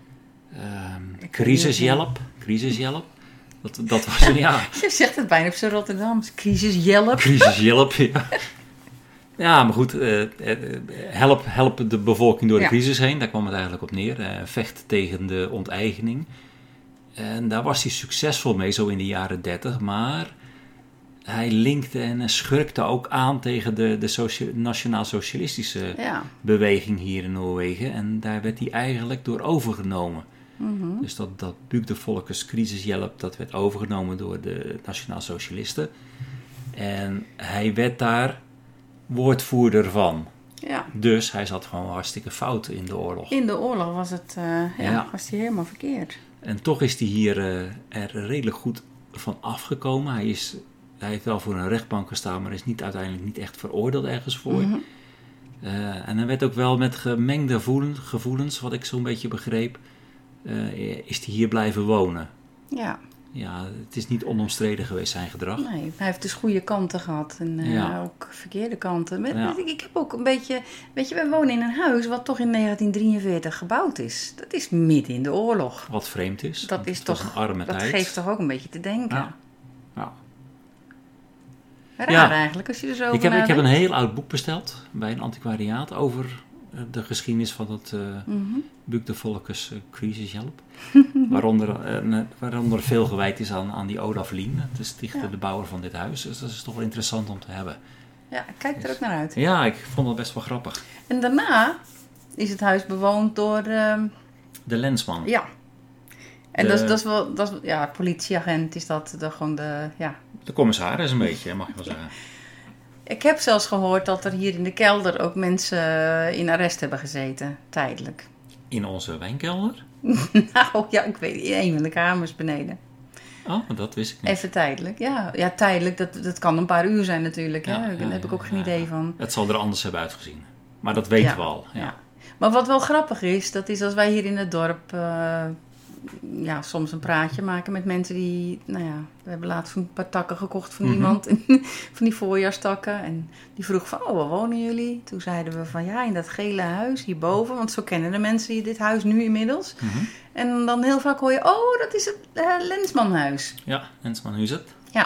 uh, Crisishjelp. Crisishjelp. Dat, dat was een, ja, Je zegt het bijna op zijn Rotterdams. Crisisjelp. crisishjelp, ja. Ja, maar goed, uh, uh, help, help de bevolking door de Ja. crisis heen, daar kwam het eigenlijk op neer. Uh, vecht tegen de onteigening. En daar was hij succesvol mee, zo in de jaren dertig, maar hij linkte en schurkte ook aan tegen de, de socia- nationaal-socialistische Ja. beweging hier in Noorwegen. En daar werd hij eigenlijk door overgenomen. Mhm. Dus dat, dat Buk de Volkers Crisishjelp, dat werd overgenomen door de nationaal-socialisten. En hij werd daar woordvoerder van. Ja. Dus hij zat gewoon hartstikke fout in de oorlog. In de oorlog was het uh, ja, Ja. was hij helemaal verkeerd. En toch is hij hier uh, er redelijk goed van afgekomen. Hij, is, hij heeft wel voor een rechtbank gestaan, maar is niet, uiteindelijk niet echt veroordeeld ergens voor. Mhm. Uh, en hij werd ook wel met gemengde voelen, gevoelens, wat ik zo'n beetje begreep, uh, is hij hier blijven wonen. Ja, Ja, het is niet onomstreden geweest, zijn gedrag. nee, hij heeft dus goede kanten gehad en uh, Ja. ook verkeerde kanten. Maar, Ja. ik, ik heb ook een beetje, weet je, wij wonen in een huis wat toch in negentien drieënveertig gebouwd is. Dat is midden in de oorlog. Wat vreemd is. Dat want is het was toch, een arme dat tijd. geeft toch ook een beetje te denken. Ja. Ja. Raar Ja. eigenlijk, als je er zo over Ik, heb, ik heb een nadenkt. heel oud boek besteld bij een antiquariaat over uh, de geschiedenis van het uh, Mhm. Buk de Volkers uh, Crisishjelp. waaronder, uh, waaronder veel gewijd is aan, aan die Olaf Lien, de stichter, Ja. de bouwer van dit huis. Dus dat is toch wel interessant om te hebben. Ja, kijk er ook naar uit. Ja, ik vond dat best wel grappig. En daarna is het huis bewoond door, ehm, De Lensman. ja. En De- dat, is, dat is wel, dat is, ja, politieagent is dat de, gewoon de, ja. De commissaris een beetje, mag je wel zeggen. Ik heb zelfs gehoord dat er hier in de kelder ook mensen eh, in arrest hebben gezeten, tijdelijk. In onze wijnkelder. Nou ja, ik weet niet, in een van de kamers beneden. Oh, dat wist ik niet. Even tijdelijk, ja. Ja, tijdelijk, dat, dat kan een paar uur zijn natuurlijk. Ja, hè? ja, Daar heb ja, ik ook ja, geen ja. idee van. Het zal er anders hebben uitgezien. Maar dat weten Ja, we al. Ja. ja. Maar wat wel grappig is, dat is als wij hier in het dorp uh, ja, soms een praatje maken met mensen die, nou ja, we hebben laatst een paar takken gekocht van Mm-hmm. iemand, van die voorjaarstakken. En die vroeg van, oh, waar wonen jullie? Toen zeiden we van, ja, in dat gele huis hierboven, want zo kennen de mensen hier dit huis nu inmiddels. Mm-hmm. En dan heel vaak hoor je, oh, dat is het uh, Lensmanhuis. Ja, Lensman, hoe is het? Ja,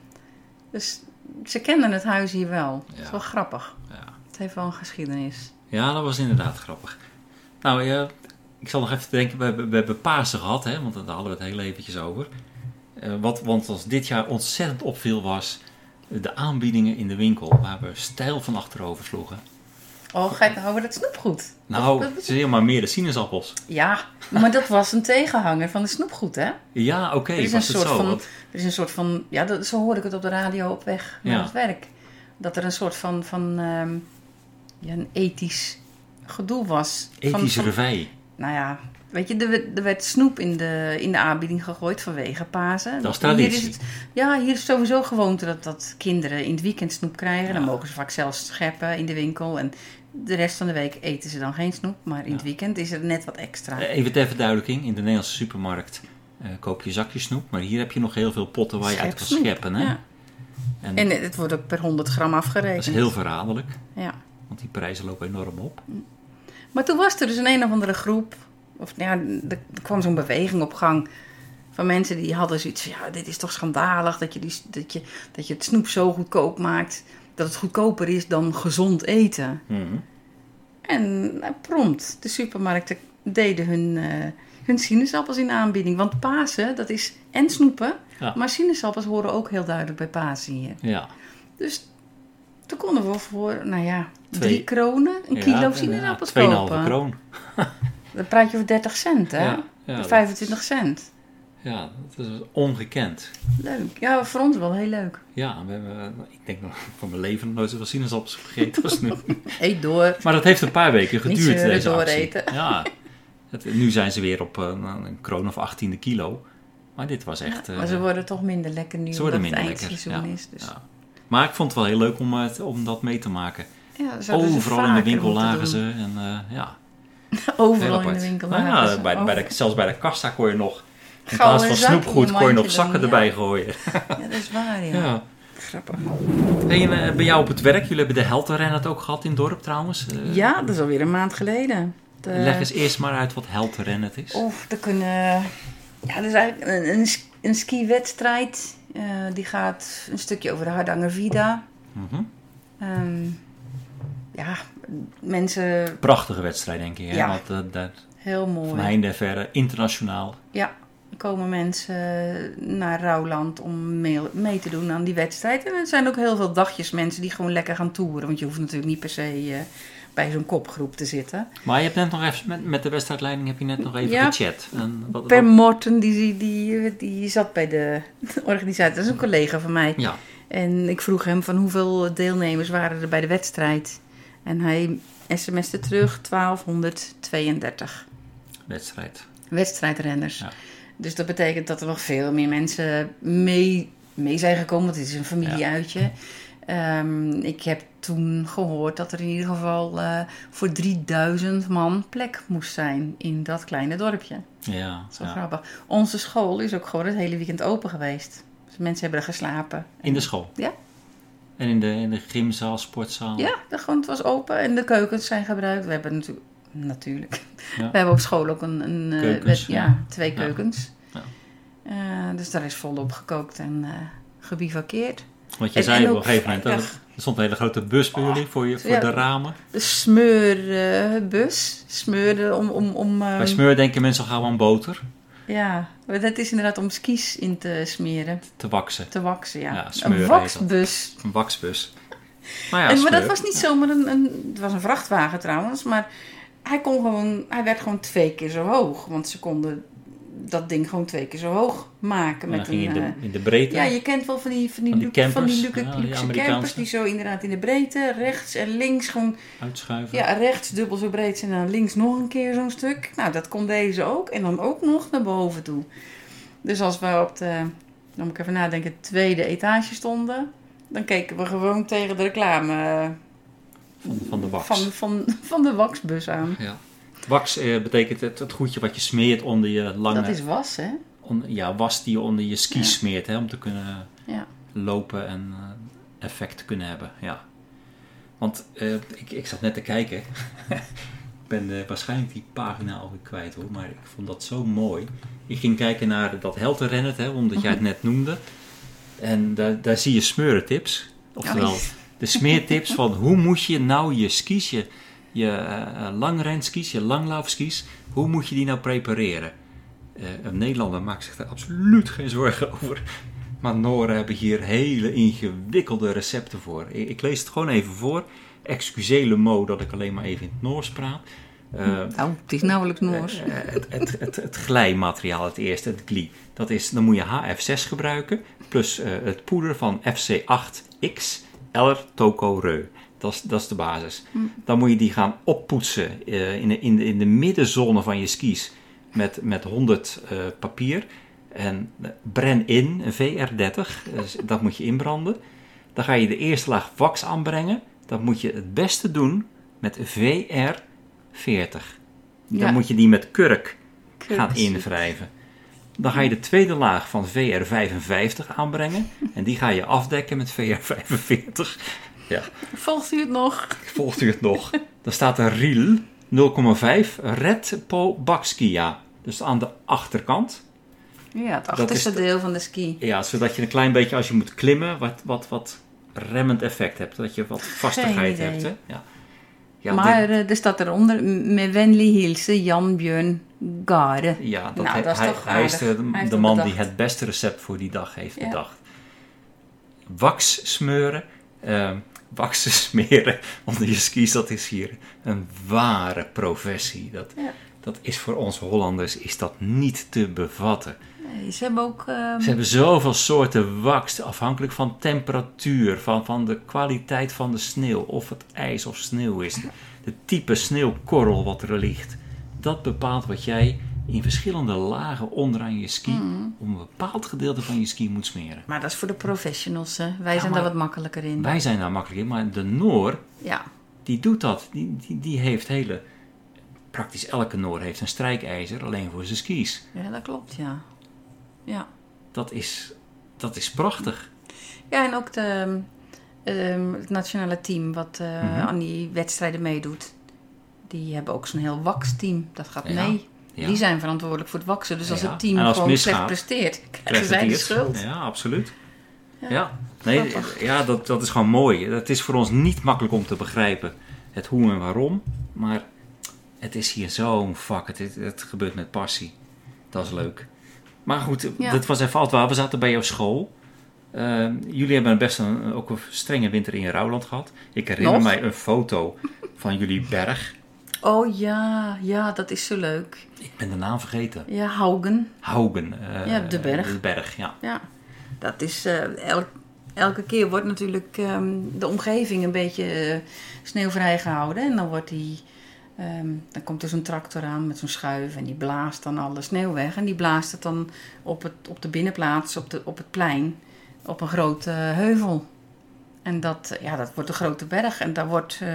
dus ze kennen het huis hier wel. Ja. Dat is wel grappig. Ja. Het heeft wel een geschiedenis. Ja, dat was inderdaad grappig. Nou, ja, ik zal nog even denken, we hebben, we hebben Pasen gehad, hè, want daar hadden we het heel eventjes over. Uh, wat, want wat dit jaar ontzettend opviel was de aanbiedingen in de winkel, waar we stijl van achterover sloegen. Oh, ga je het nou over dat snoepgoed? Nou, het is helemaal meer de sinaasappels. Ja, maar dat was een tegenhanger van de snoepgoed, hè? Ja, oké, okay, was het het zo? Van, er is een soort van, ja, dat, zo hoorde ik het op de radio op weg naar ja. het werk. Dat er een soort van, van um, ja, een ethisch gedoe was. Ethisch van, revij. Nou ja, weet je, er, er werd snoep in de, in de aanbieding gegooid vanwege Pasen. Dat is traditie. Hier is het, ja, hier is het sowieso gewoonte dat, dat kinderen in het weekend snoep krijgen. Ja. Dan mogen ze vaak zelf scheppen in de winkel. En de rest van de week eten ze dan geen snoep. Maar in ja. het weekend is er net wat extra. Even ter verduidelijking. In de Nederlandse supermarkt uh, koop je zakjes snoep. Maar hier heb je nog heel veel potten waar je uit kan scheppen. Hè? Ja. En, en het wordt ook per honderd gram afgerekend. Dat is heel verraderlijk. Ja. Want die prijzen lopen enorm op. Maar toen was er dus een een of andere groep. Of ja, er kwam zo'n beweging op gang. Van mensen die hadden zoiets van, ja, dit is toch schandalig. Dat je, die, dat je, dat je het snoep zo goedkoop maakt. Dat het goedkoper is dan gezond eten. Mm-hmm. En nou, prompt, de supermarkten deden hun, uh, hun sinaasappels in aanbieding. Want Pasen, dat is en snoepen. Ja. Maar sinaasappels horen ook heel duidelijk bij Pasen hier. Ja. Dus toen konden we voor, nou ja, Twee. drie kronen een ja, kilo sinaasappels ja, kopen. tweeënhalve kroon. Dan praat je over dertig cent, hè? Ja, ja, vijfentwintig cent. Ja, dat is ongekend. Leuk. Ja, voor ons wel heel leuk. Ja, we hebben, ik denk nog van mijn leven nog nooit zoveel sinaasappels gegeten als nu. Eet door. Maar dat heeft een paar weken geduurd, Niet deze dooreten. actie. Ja, het, nu zijn ze weer op uh, een kroon of achttien de kilo. Maar dit was echt... Ja, maar ze worden toch minder lekker nu, ze worden omdat minder het eindseizoen lekker, ja, is. Dus. Ja. Maar ik vond het wel heel leuk om, uh, om dat mee te maken. Ja, overal in de winkel lagen ze. En, uh, ja. Overal in de winkel nou, lagen ja, ze. bij, bij de, zelfs bij de kassa kon je nog... In Gouden plaats van snoepgoed kon je nog zakken doen, erbij ja. gooien. Ja, dat is waar, ja. ja. Grappig. En bij jou op het werk, jullie hebben de Helterennet ook gehad in het dorp trouwens. Uh, ja, dat is alweer een maand geleden. De... Leg eens eerst maar uit wat Helterennet is. Of, er kunnen... Ja, dat is eigenlijk een, een, een ski-wedstrijd. Uh, die gaat een stukje over de Hardangervidda. Mm-hmm. Um, ja, mensen... Prachtige wedstrijd, denk ik. Hè? Ja, Want, uh, dat... heel mooi. Van heinde en verre, internationaal. Ja, er komen mensen naar Rouwland om mee, mee te doen aan die wedstrijd. En er zijn ook heel veel dagjes mensen die gewoon lekker gaan toeren. Want je hoeft natuurlijk niet per se uh, bij zo'n kopgroep te zitten. Maar je hebt net nog even, met, met de wedstrijdleiding heb je net nog even ja, gechat. En wat, Per wat... Morten, die, die, die zat bij de organisatie. Dat is een collega van mij. Ja. En ik vroeg hem van hoeveel deelnemers waren er bij de wedstrijd. En hij sms'te terug twaalfhonderdtweeëndertig. Wedstrijd. Wedstrijdrenners. Ja. Dus dat betekent dat er nog veel meer mensen mee, mee zijn gekomen. Want het is een familieuitje. Ja. Um, ik heb toen gehoord dat er in ieder geval uh, voor drieduizend man plek moest zijn in dat kleine dorpje. Ja. Zo ja. grappig. Onze school is ook gewoon het hele weekend open geweest. Dus mensen hebben er geslapen. In de school? Ja. En in de, in de gymzaal, sportzaal? Ja, de grond was open en de keukens zijn gebruikt. We hebben natuurlijk, natuurlijk. Ja. We hebben op school ook een, een keukens, wet, ja, ja. twee keukens. Ja. Uh, dus daar is volop gekookt en uh, gebivakkeerd. Want je en, zei en op een gegeven moment, er stond een hele grote bus bij jullie voor, je, voor ja, de ramen. De smeurbus. Uh, Smeurde om... om, om um, Bij smeur denken mensen al gauw aan boter. Ja, dat is inderdaad om skis in te smeren. Te waksen. Te waksen, ja. ja een waksbus. Een waksbus. Maar, ja, en, maar dat was niet zomaar een, een... Het was een vrachtwagen trouwens, maar hij kon gewoon... Hij werd gewoon twee keer zo hoog. Want ze konden dat ding gewoon twee keer zo hoog maken. Met ging een, in, de, in de breedte. Ja, je kent wel van die, van die, van die campers. Van die luxe, ja, die luxe campers die zo inderdaad in de breedte, rechts en links gewoon... Uitschuiven. Ja, rechts dubbel zo breed zijn en dan links nog een keer zo'n stuk. Nou, dat kon deze ook. En dan ook nog naar boven toe. Dus als we op de, dan moet ik even nadenken, tweede etage stonden, dan keken we gewoon tegen de reclame van, van de wax. Van, van, van de waxbus aan. Ja. Wax eh, betekent het, het goedje wat je smeert onder je lange... Dat is was, hè? On, ja, was die je onder je skis Ja. smeert, hè, om te kunnen Ja. lopen en uh, effect te kunnen hebben. Ja. Want uh, ik, ik zat net te kijken. Ik ben uh, waarschijnlijk die pagina alweer kwijt hoor, maar ik vond dat zo mooi. Ik ging kijken naar dat Helterennet, hè, omdat jij het net noemde. En daar, daar zie je smeurentips. Oftewel, Oh, de smeertips van hoe moet je nou je skis, je, je uh, langrenskis, je langlaufskis, hoe moet je die nou prepareren? Uh, een Nederlander maakt zich daar absoluut geen zorgen over. Maar Noren hebben hier hele ingewikkelde recepten voor. Ik, ik lees het gewoon even voor. Excusez le mot dat ik alleen maar even in het Noors praat. Uh, nou, het is nauwelijks Noors. Uh, het, het, het, het glijmateriaal, het eerste, het glie. Dat is, dan moet je H F zes gebruiken. Plus uh, het poeder van F C acht X L Toko Reu. Dat is, dat is de basis. Hm. Dan moet je die gaan oppoetsen uh, in, de, in, de, in de middenzone van je skis. Met, met honderd uh, papier. En bren in, een V R dertig. Dus dat moet je inbranden. Dan ga je de eerste laag wax aanbrengen. Dat moet je het beste doen met V R veertig. Dan ja. moet je die met kurk Kurk gaan invrijven. Dan ga je de tweede laag van V R vijfenvijftig aanbrengen. En die ga je afdekken met V R vijfenveertig. Ja. Volgt u het nog? Volgt u het nog? Dan staat er Riel nul komma vijf Red Po Bakskia. Dus aan de achterkant. Ja, het achterste de, deel van de ski. Ja, zodat je een klein beetje als je moet klimmen, wat, wat, wat remmend effect hebt. Dat je wat vastigheid hebt. Hè? Ja. Ja, maar dit, er staat eronder, met Wenli Hilse, Jan Björn Gare. Ja, dat nou, hij, dat is hij, toch hij is de, hij de man bedacht. Die het beste recept voor die dag heeft ja. bedacht. Wax smeuren, uh, waxen smeren onder je skis, dat is hier een ware professie. Dat, ja. dat is voor ons Hollanders is dat niet te bevatten. Nee, ze hebben ook... Um... Ze hebben zoveel soorten wax, afhankelijk van temperatuur, van, van de kwaliteit van de sneeuw, of het ijs of sneeuw is. De, de type sneeuwkorrel wat er ligt. Dat bepaalt wat jij in verschillende lagen onderaan je ski, mm. om een bepaald gedeelte van je ski moet smeren. Maar dat is voor de professionals, hè? Wij ja, zijn daar wat makkelijker in. Wij zijn daar makkelijker in, maar de Noor, ja. die doet dat. Die, die, die heeft hele... Praktisch elke Noor heeft een strijkijzer alleen voor zijn skis. Ja, dat klopt, ja. Ja. Dat is, dat is prachtig. Ja, en ook de, um, het nationale team wat uh, mm-hmm. aan die wedstrijden meedoet. Die hebben ook zo'n heel waksteam. Dat gaat ja. mee. Ja. Die zijn verantwoordelijk voor het waksen. Dus als ja. het team als gewoon misgaat, slecht presteert, krijgen zij de schuld. Ja, absoluut. Ja, ja. Nee, ja dat, dat is gewoon mooi. Het is voor ons niet makkelijk om te begrijpen het hoe en waarom. Maar het is hier zo'n vak. Het, het, het gebeurt met passie. Dat is leuk. Maar goed, ja. dat was even altijd waar. We zaten bij jouw school. Uh, jullie hebben best een, ook een strenge winter in Rouwland gehad. Ik herinner Nog? mij een foto van jullie berg. Oh ja, ja, dat is zo leuk. Ik ben de naam vergeten. Ja, Haugen. Haugen. Uh, ja, de berg. De berg, ja. Ja, dat is... Uh, elk, elke keer wordt natuurlijk um, de omgeving een beetje uh, sneeuwvrij gehouden. En dan wordt die... Um, dan komt er zo'n tractor aan met zo'n schuif en die blaast dan alle sneeuw weg. En die blaast het dan op, het, op de binnenplaats, op, de, op het plein, op een grote heuvel. En dat, ja, dat wordt een grote berg en daar wordt, uh,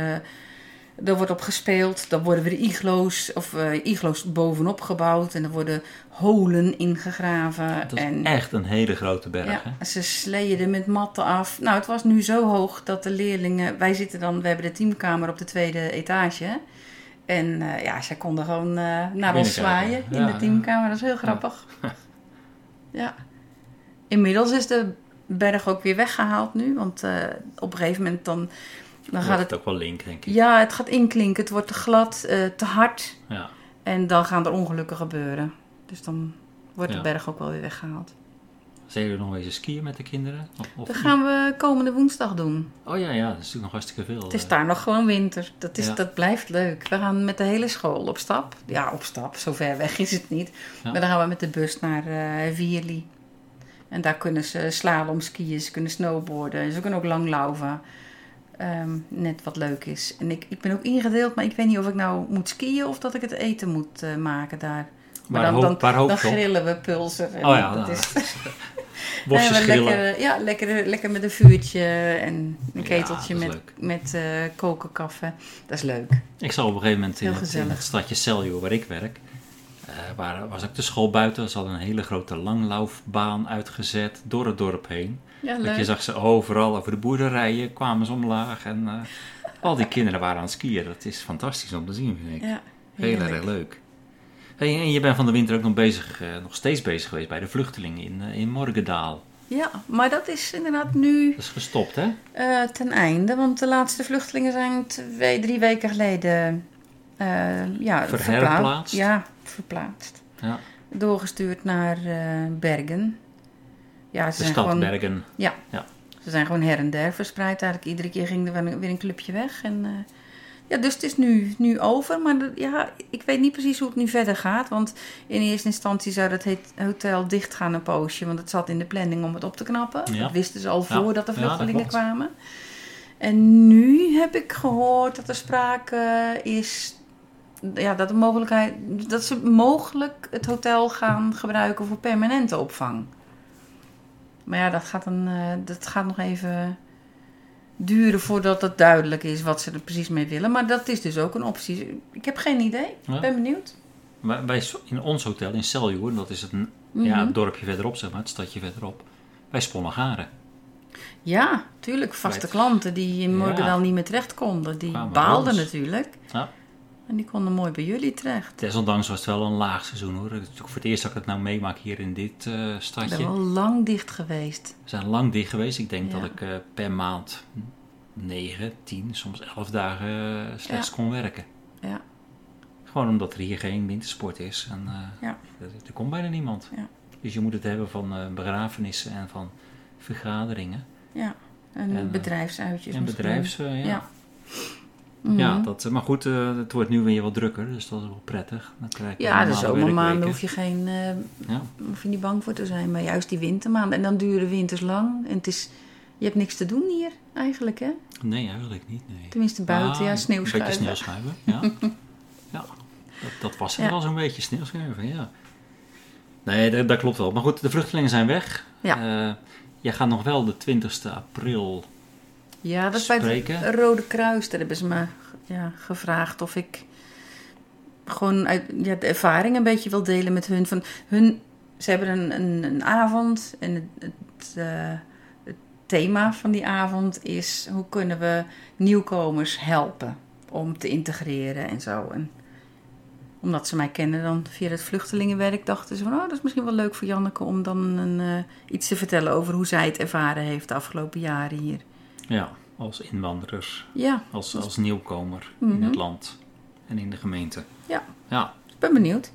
daar wordt op gespeeld. Dan worden weer iglo's, of uh, iglo's bovenop gebouwd en er worden holen ingegraven. Dat is en, echt een hele grote berg. Ja, hè? Ze sleeën er met matten af. Nou, het was nu zo hoog dat de leerlingen... Wij zitten dan, we hebben de teamkamer op de tweede etage... En uh, ja, zij konden gewoon uh, naar ons zwaaien in ja, de teamkamer. Dat is heel grappig. Ja. ja. Inmiddels is de berg ook weer weggehaald nu. Want uh, op een gegeven moment dan... dan gaat het ook wel link, denk ik. Ja, het gaat inklinken. Het wordt te glad, uh, te hard. Ja. En dan gaan er ongelukken gebeuren. Dus dan wordt ja. de berg ook wel weer weggehaald. Zijn jullie nog eens skiën met de kinderen? Of, of dat gaan we komende woensdag doen. Oh ja, ja, dat is natuurlijk nog hartstikke veel. Het is daar nog gewoon winter. Dat, is, ja. dat blijft leuk. We gaan met de hele school op stap. Ja, op stap. Zo ver weg is het niet. Ja. Maar dan gaan we met de bus naar uh, Vierli. En daar kunnen ze slalom skiën, ze kunnen snowboarden. Ze kunnen ook langlaufen. Um, net wat leuk is. En ik, ik ben ook ingedeeld, maar ik weet niet of ik nou moet skiën of dat ik het eten moet uh, maken daar. Maar waar dan, hoop, waar dan, hoop dan je op? grillen we pulsen. En Oh ja, dat nou, is... worstjes Nee, maar grillen. lekker, ja, lekker, lekker met een vuurtje en een Ja, keteltje dat is met, leuk. met uh, kokenkaffen. Dat is leuk. Ik zal op een gegeven moment in Heel het, in gezellig. het stadje Celjo, waar ik werk, uh, waar was ook de school buiten. Ze hadden een hele grote langlaufbaan uitgezet door het dorp heen. Ja, Dat leuk. je zag ze overal over de boerderijen, kwamen ze omlaag en uh, al die kinderen waren aan het skiën. Dat is fantastisch om te zien, vind ik. Ja, Heel heerlijk. erg leuk. Hey, en je bent van de winter ook nog, bezig, uh, nog steeds bezig geweest bij de vluchtelingen in, uh, in Morgendaal. Ja, maar dat is inderdaad nu Dat is gestopt, hè? uh, ten einde. Want de laatste vluchtelingen zijn twee, drie weken geleden uh, ja, Verherplaatst? Ja, verplaatst. Ja. Doorgestuurd naar uh, Bergen. Ja, ze De zijn stad gewoon, Bergen. Ja, Ja. Ze zijn gewoon her en der verspreid. Eigenlijk iedere keer ging er weer een clubje weg. En, uh, ja, dus het is nu, nu over. Maar de, ja, ik weet niet precies hoe het nu verder gaat. Want in eerste instantie zou dat hotel dicht gaan een poosje. Want het zat in de planning om het op te knappen. Ja. Dat wisten ze al Ja. voordat de Ja, vluchtelingen dat klopt. kwamen. En nu heb ik gehoord dat er sprake is... Ja, dat, de mogelijkheid, dat ze mogelijk het hotel gaan gebruiken voor permanente opvang. Maar ja, dat gaat, dan, uh, dat gaat nog even duren voordat het duidelijk is wat ze er precies mee willen. Maar dat is dus ook een optie. Ik heb geen idee. Ik Ja. ben benieuwd. Maar wij, in ons hotel in Celjo, dat is het, een, Mm-hmm. ja, het dorpje verderop, zeg maar, het stadje verderop. Wij sponnen garen. Ja, tuurlijk. Vaste Weet- klanten die in Morgendaal Ja. niet meer terecht konden. Die Kwamen baalden bij ons. natuurlijk. Ja. En die konden mooi bij jullie terecht. Desondanks was het wel een laag seizoen, hoor. Het is ook voor het eerst dat ik het nou meemaak hier in dit uh, Ik stadje. ben wel lang dicht geweest. We zijn lang dicht geweest. Ik denk Ja. dat ik uh, per maand negen, tien, soms elf dagen uh, slechts Ja. kon werken. Ja. Gewoon omdat er hier geen wintersport is. En uh, Ja. er, er komt bijna niemand. Ja. Dus je moet het hebben van uh, begrafenissen en van vergaderingen. Ja. En, En, uh, bedrijfsuitjes. En misschien. bedrijfs... Uh, ja. Ja. Mhm. Ja, dat, maar goed, uh, het wordt nu weer wat drukker, dus dat is wel prettig. Dan krijg je Ja, de normale zomermaanden werkweken. hoef je, geen, uh, Ja. hoef je niet bang voor te zijn. Maar juist die wintermaanden. En dan duren winters lang. En het is, je hebt niks te doen hier eigenlijk, hè? Nee, eigenlijk niet, nee. Tenminste buiten, Ah, ja, Een sneeuwschuiven. beetje sneeuwschuiven, ja. Ja, dat, dat was er Ja. wel zo'n beetje, sneeuwschuiven, ja. Nee, dat, dat klopt wel. Maar goed, de vluchtelingen zijn weg. Ja. Uh, jij gaat nog wel de twintigste april Ja, dat is bij spreken. het Rode Kruis. Daar hebben ze me ja, gevraagd of ik gewoon uit, ja, de ervaring een beetje wil delen met hun. Van hun ze hebben een, een, een avond en het, het, uh, het thema van die avond is hoe kunnen we nieuwkomers helpen om te integreren en zo. En omdat ze mij kennen dan via het vluchtelingenwerk, dachten ze van, oh, dat is misschien wel leuk voor Janneke om dan een, uh, iets te vertellen over hoe zij het ervaren heeft de afgelopen jaren hier. Ja, als inwanderer, Ja. als, als nieuwkomer Mm-hmm. in het land en in de gemeente. Ja. Ja. Ik ben benieuwd.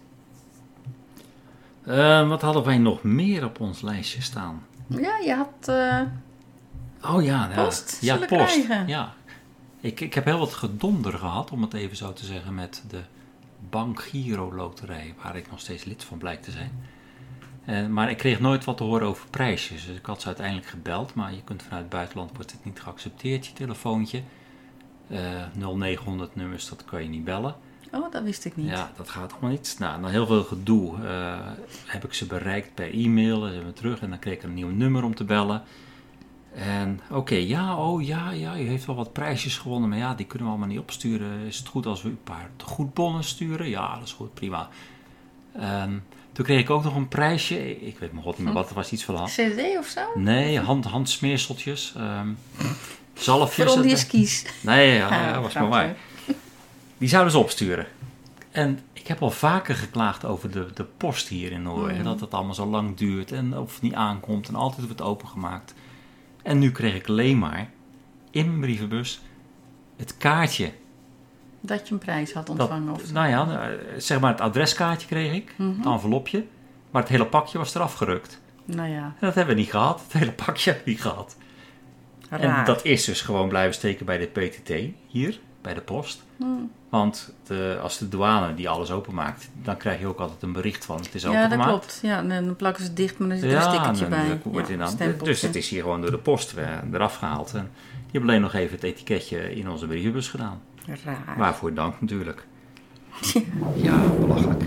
Uh, wat hadden wij nog meer op ons lijstje staan? Ja, je had uh, oh ja, ja. post ja, zullen post. krijgen. Ja. Ik, ik heb heel wat gedonder gehad, om het even zo te zeggen, met de Bank Giro Loterij, waar ik nog steeds lid van blijkt te zijn. Uh, maar ik kreeg nooit wat te horen over prijsjes. Dus ik had ze uiteindelijk gebeld, maar je kunt vanuit het buitenland, wordt het niet geaccepteerd, je telefoontje. Uh, nul negenhonderd nummers, dat kan je niet bellen. Oh, dat wist ik niet. Ja, dat gaat allemaal niet. Nou, na heel veel gedoe uh, heb ik ze bereikt per e-mail. En zijn we terug en dan kreeg ik een nieuw nummer om te bellen. En oké, okay, ja, oh ja, ja, u heeft wel wat prijsjes gewonnen. Maar ja, die kunnen we allemaal niet opsturen. Is het goed als we u een paar tegoedbonnen sturen? Ja, dat is goed, prima. Um, toen kreeg ik ook nog een prijsje. Ik weet mijn god niet meer wat, er was iets van hand. C D of zo? Nee, hand, handsmeerseltjes. Um, zalfjes. Voor onder je skis. Nee, ja, ja, ja was maar waar. Die zouden ze opsturen. En ik heb al vaker geklaagd over de, de post hier in Noorwegen. Mm. Dat het allemaal zo lang duurt en of het niet aankomt en altijd wordt opengemaakt. En nu kreeg ik alleen maar in mijn brievenbus het kaartje. Dat je een prijs had ontvangen? Dat, of nou ja, zeg maar het adreskaartje kreeg ik, mm-hmm. het envelopje. Maar het hele pakje was eraf gerukt. Nou ja. En dat hebben we niet gehad. Het hele pakje hebben we niet gehad. Raar. En dat is dus gewoon blijven steken bij de P T T hier, bij de post. Hmm. Want de, als de douane die alles openmaakt, dan krijg je ook altijd een bericht van het is opengemaakt. Ja, dat klopt. Ja, dan plakken ze het dicht, maar dan zit er ja, een stickertje dan, bij. Dan wordt ja, dan, stempeltje. dus het is hier gewoon door de post eraf gehaald. En je hebt alleen nog even het etiketje in onze brievenbus gedaan. Raar. Waarvoor dank natuurlijk. Ja, belachelijk.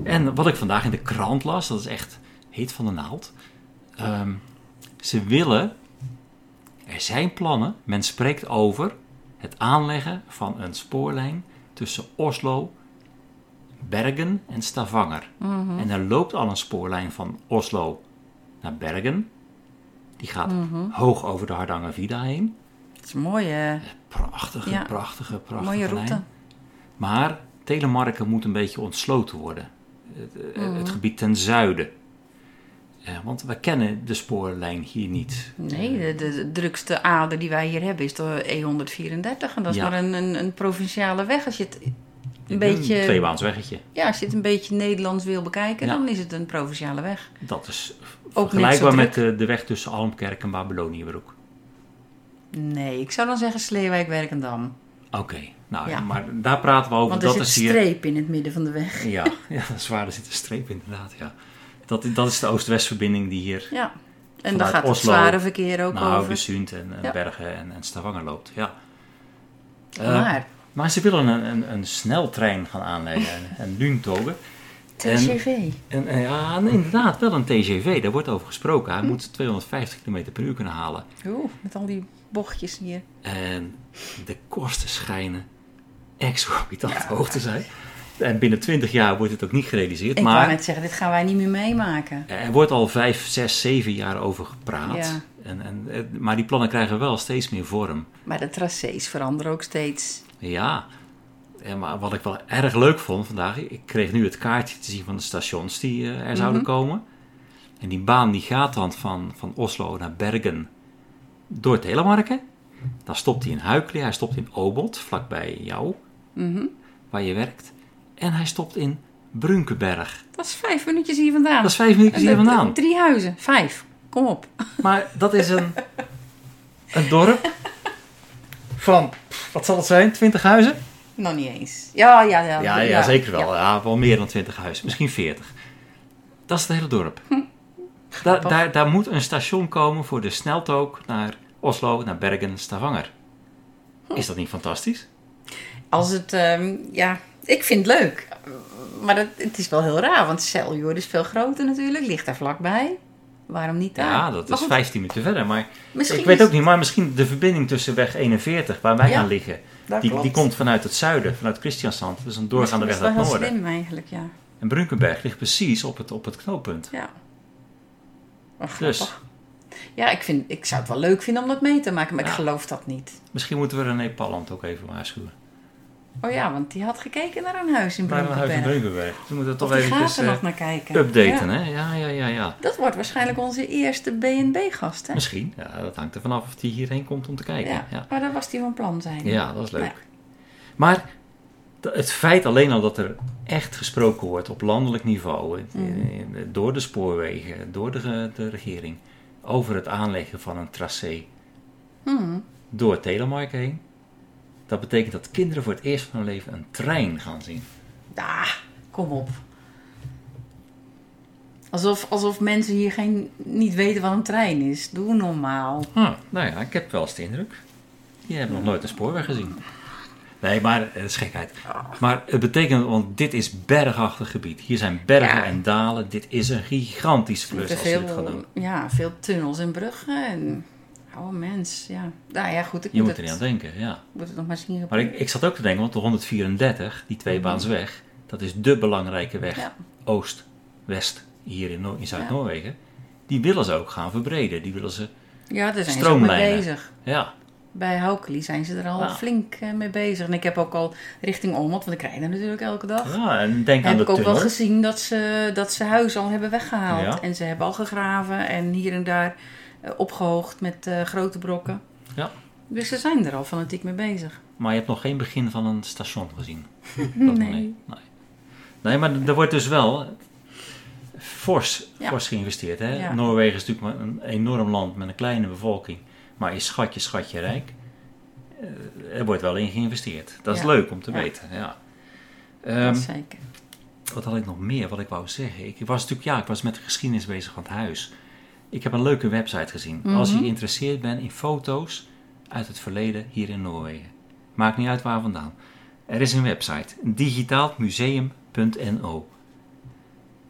En wat ik vandaag in de krant las, dat is echt heet van de naald. Um, ze willen, er zijn plannen, men spreekt over het aanleggen van een spoorlijn tussen Oslo, Bergen en Stavanger. Mm-hmm. En er loopt al een spoorlijn van Oslo naar Bergen. Die gaat mm-hmm. hoog over de Hardangervidda heen. Dat is mooi, hè? Prachtige, ja. prachtige, prachtige mooie route. lijn. Maar Telemarken moet een beetje ontsloten worden. Het, mm-hmm. het gebied ten zuiden. Ja, want we kennen de spoorlijn hier niet. Nee, de, de, de drukste ader die wij hier hebben is de E honderdvierendertig. En dat is ja. maar een, een, een provinciale weg. Als je het een, een beetje... Een tweebaansweggetje. Ja, als je het een beetje Nederlands wil bekijken, ja. dan is het een provinciale weg. Dat is ook vergelijkbaar met de, de weg tussen Almkerk en Babyloniëbroek. Nee, ik zou dan zeggen Sleewijk-Werkendam. Oké, okay, nou ja. maar daar praten we over. Want er dat zit is een hier... streep in het midden van de weg. Ja, ja, dat is waar, er zit een streep inderdaad, ja. Dat, dat is de Oost-West-verbinding die hier ja. En dan gaat het Oslo, zware verkeer ook nou, over. Besund en uh, ja. Bergen en, en Stavanger loopt, ja. Uh, maar. maar ze willen een, een, een sneltrein gaan aanleggen, een Lyntogge. T G V. En, en, ja, inderdaad, wel een T G V, daar wordt over gesproken. Hij hm. moet tweehonderdvijftig kilometer per uur kunnen halen. Oeh, met al die bochtjes hier. En de kosten schijnen exorbitant ja. hoog te zijn. En binnen twintig jaar wordt het ook niet gerealiseerd. Ik maar wou net zeggen, dit gaan wij niet meer meemaken. Er wordt al vijf, zes, zeven jaar over gepraat. Ja. En, en, maar die plannen krijgen wel steeds meer vorm. Maar de tracés veranderen ook steeds. Ja, en maar wat ik wel erg leuk vond vandaag... Ik kreeg nu het kaartje te zien van de stations die uh, er mm-hmm. zouden komen. En die baan die gaat dan van, van Oslo naar Bergen door Telemarken. Dan stopt hij in Huikeli, hij stopt in Obod, vlakbij jou, mm-hmm. waar je werkt. En hij stopt in Brunkeberg. Dat is vijf minuutjes hier vandaan. Dat is vijf minuutjes hier vandaan. Drie huizen, vijf. Kom op. Maar dat is een, een dorp van, wat zal het zijn, twintig huizen? Nog niet eens. Ja, ja, ja. Ja, ja, ja zeker wel. Ja. Ja, wel meer dan twintig huizen, misschien veertig. Dat is het hele dorp. Hm. Da, daar, daar moet een station komen voor de sneltoog naar Oslo, naar Bergen, Stavanger. Hm. Is dat niet fantastisch? Als het, um, ja... Ik vind het leuk. Maar dat, het is wel heel raar, want Seljord is veel groter natuurlijk. Ligt daar vlakbij. Waarom niet daar? Ja, dat is goed, vijftien minuten verder. Maar misschien ik weet is... ook niet, maar misschien de verbinding tussen weg eenenveertig, waar wij ja, aan liggen, die, die komt vanuit het zuiden, vanuit Christiansand. Dus een doorgaande weg naar het noorden. Dat is wel slim eigenlijk, ja. En Brunkeberg ligt precies op het, op het knooppunt. Ja. Oh, dus. Ja, ik, vind, ik zou het wel leuk vinden om dat mee te maken, maar ja. ik geloof dat niet. Misschien moeten we René Palland ook even waarschuwen. Oh ja, want die had gekeken naar een huis in Brunkeberg. Naar een huis in Brunkeberg. Dus we moeten er toch of even uh, nog naar kijken. updaten, ja. hè? Ja, ja, ja, ja. Dat wordt waarschijnlijk onze eerste B en B-gast, hè? Misschien. Ja, dat hangt er vanaf of die hierheen komt om te kijken. Ja, ja. maar daar was die van plan zijn. Ja, dat is leuk. Ja. Maar het feit alleen al dat er echt gesproken wordt op landelijk niveau, mm. door de spoorwegen, door de, de regering, over het aanleggen van een tracé mm. door Telemarken heen. Dat betekent dat kinderen voor het eerst van hun leven een trein gaan zien. Ah, kom op. Alsof, alsof mensen hier geen, niet weten wat een trein is. Doe normaal. Ah, nou ja, ik heb wel eens de indruk. Die hebben nog nooit een spoorweg gezien. Nee, maar dat is gekheid. Maar het betekent, want dit is bergachtig gebied. Hier zijn bergen ja. en dalen. Dit is een gigantische klus als je dit gaat doen. Ja, veel tunnels en bruggen en... Oh mens, ja. Nou ja, goed. Ik je moet, moet er het, niet aan denken, ja. Moet het nog maar zien. Maar ik, ik zat ook te denken, want de honderdvierendertig, die tweebaansweg, dat is dé belangrijke weg, ja. oost-west, hier in, Noor- in Zuid-Noorwegen. Ja. Die willen ze ook gaan verbreden. Die willen ze Ja, daar zijn stroomlijnen. ze ook mee bezig. Ja. Bij Haukeli zijn ze er al ja. flink uh, mee bezig. En ik heb ook al richting Olmot, want ik rijd er natuurlijk elke dag. Ja, en denk heb aan de ik ook tunnel. wel gezien dat ze, dat ze huizen al hebben weggehaald. Ja. En ze hebben al gegraven en hier en daar uh, opgehoogd met uh, grote brokken. Ja. Dus ze zijn er al fanatiek mee bezig. Maar je hebt nog geen begin van een station gezien? nee. nee. nee. Nee, maar er wordt dus wel fors, ja. fors geïnvesteerd. Hè? Ja. Noorwegen is natuurlijk een enorm land met een kleine bevolking. Maar is schatje, schatje rijk. Uh, er wordt wel in geïnvesteerd. Dat is ja. leuk om te ja. weten. Ja. Um, zeker. Wat had ik nog meer? Wat ik wou zeggen? Ik was natuurlijk, ja, ik was met de geschiedenis bezig van het huis. Ik heb een leuke website gezien. Mm-hmm. Als je geïnteresseerd bent in foto's uit het verleden hier in Noorwegen. Maakt niet uit waar vandaan. Er is een website. digitaalmuseum punt n o.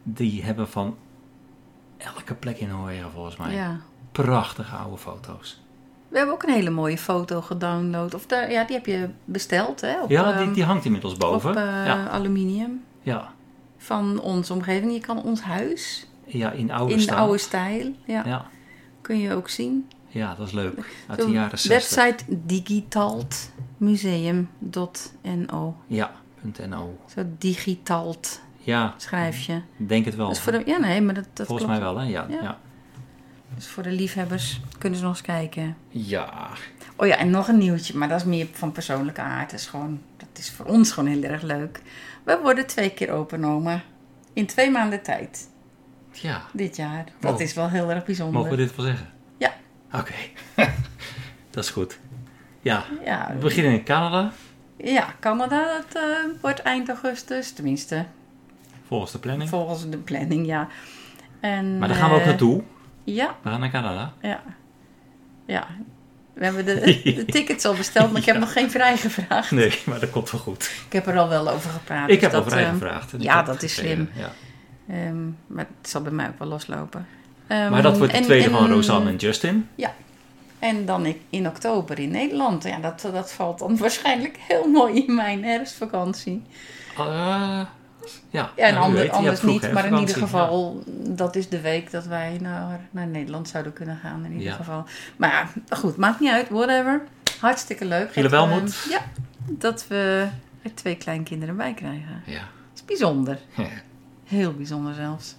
die hebben van elke plek in Noorwegen volgens mij. Ja. Prachtige oude foto's. We hebben ook een hele mooie foto gedownload. Of daar, ja, die heb je besteld, hè? Op, Ja, die, um, die hangt inmiddels boven. Op uh, ja. aluminium. Ja. Van onze omgeving. Je kan ons huis. Ja, in oude in stijl. de oude stijl. Ja. Ja. Kun je ook zien. Ja, dat is leuk. Uit de de jaren zestig. Website digitalt museum punt n o. Ja, .no. Zo digitalt Ja. schrijf je. Denk het wel. Dus voor de, ja, nee, maar dat, dat Volgens klopt. mij wel, hè? Ja. Ja. Ja. Dus voor de liefhebbers kunnen ze nog eens kijken. Ja. Oh ja, en nog een nieuwtje, maar dat is meer van persoonlijke aard. Dat is, gewoon, dat is voor ons gewoon heel erg leuk. We worden twee keer openomen. In twee maanden tijd. Ja. Dit jaar. Dat Oh. is wel heel erg bijzonder. Mogen we dit wel zeggen? Ja. Oké. Dat is goed. Ja. Ja, We beginnen in Canada. ja, Canada, dat uh, wordt eind augustus. Tenminste, Volgens de planning. volgens de planning, ja. En, Maar daar gaan we ook uh, naartoe. Ja, We gaan naar Canada. ja. Ja. We hebben de, de tickets al besteld, maar ik heb Ja. nog geen vrijgevraagd. Nee, maar dat komt wel goed. Ik heb er al wel over gepraat. Ik dus heb dat, al vrij uh, gevraagd. en ik ja, heb dat het is gekregen. slim. Ja. Um, maar het zal bij mij ook wel loslopen. Um, Maar dat wordt de en- tweede en- van Rosanne en Justin. En dan in, in oktober in Nederland. Ja, dat, dat valt dan waarschijnlijk heel mooi in mijn herfstvakantie. Uh, ja, Ja, en wie ander- weet. Je anders hebt vroeg, niet. hè, Maar in vakantie. ieder geval, dat is de week dat wij naar, naar Nederland zouden kunnen gaan. In ieder Ja. geval. Maar ja, goed, maakt niet uit. Whatever. Hartstikke leuk. Giele dat we- Welmoed. Ja, dat we er twee kleinkinderen bij krijgen. Ja. Dat is bijzonder. Ja. Heel bijzonder zelfs.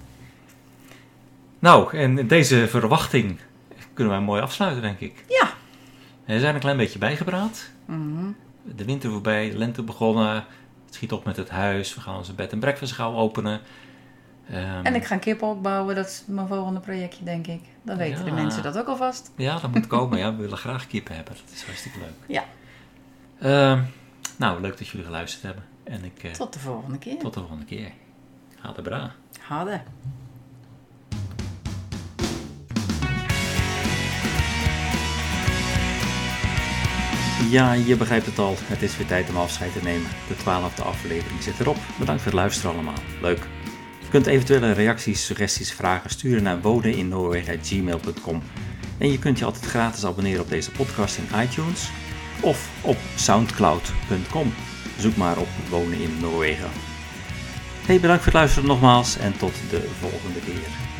Nou, en deze verwachting kunnen wij mooi afsluiten, denk ik. Ja. We zijn een klein beetje bijgepraat. Mhm. De winter voorbij, de lente begonnen. Het schiet op met het huis. We gaan onze bed en breakfast gauw openen. Um, En ik ga kippen opbouwen. Dat is mijn volgende projectje, denk ik. Dan weten Ja. de mensen dat ook alvast. Ja, dat moet komen. Ja, we willen graag kippen hebben. Dat is hartstikke leuk. Ja. Um, nou, leuk dat jullie geluisterd hebben. En ik, uh, Tot de volgende keer. tot de volgende keer. Ha de bra. Hadden. Ja, je begrijpt het al. Het is weer tijd om afscheid te nemen. De twaalfde aflevering zit erop. Bedankt voor het luisteren allemaal. Leuk. Je kunt eventuele reacties, suggesties, vragen sturen naar woneninnoorwegen apenstaartje gmail punt com. En je kunt je altijd gratis abonneren op deze podcast in iTunes of op soundcloud punt com. Zoek maar op Wonen in Noorwegen. Hey, bedankt voor het luisteren nogmaals en tot de volgende keer.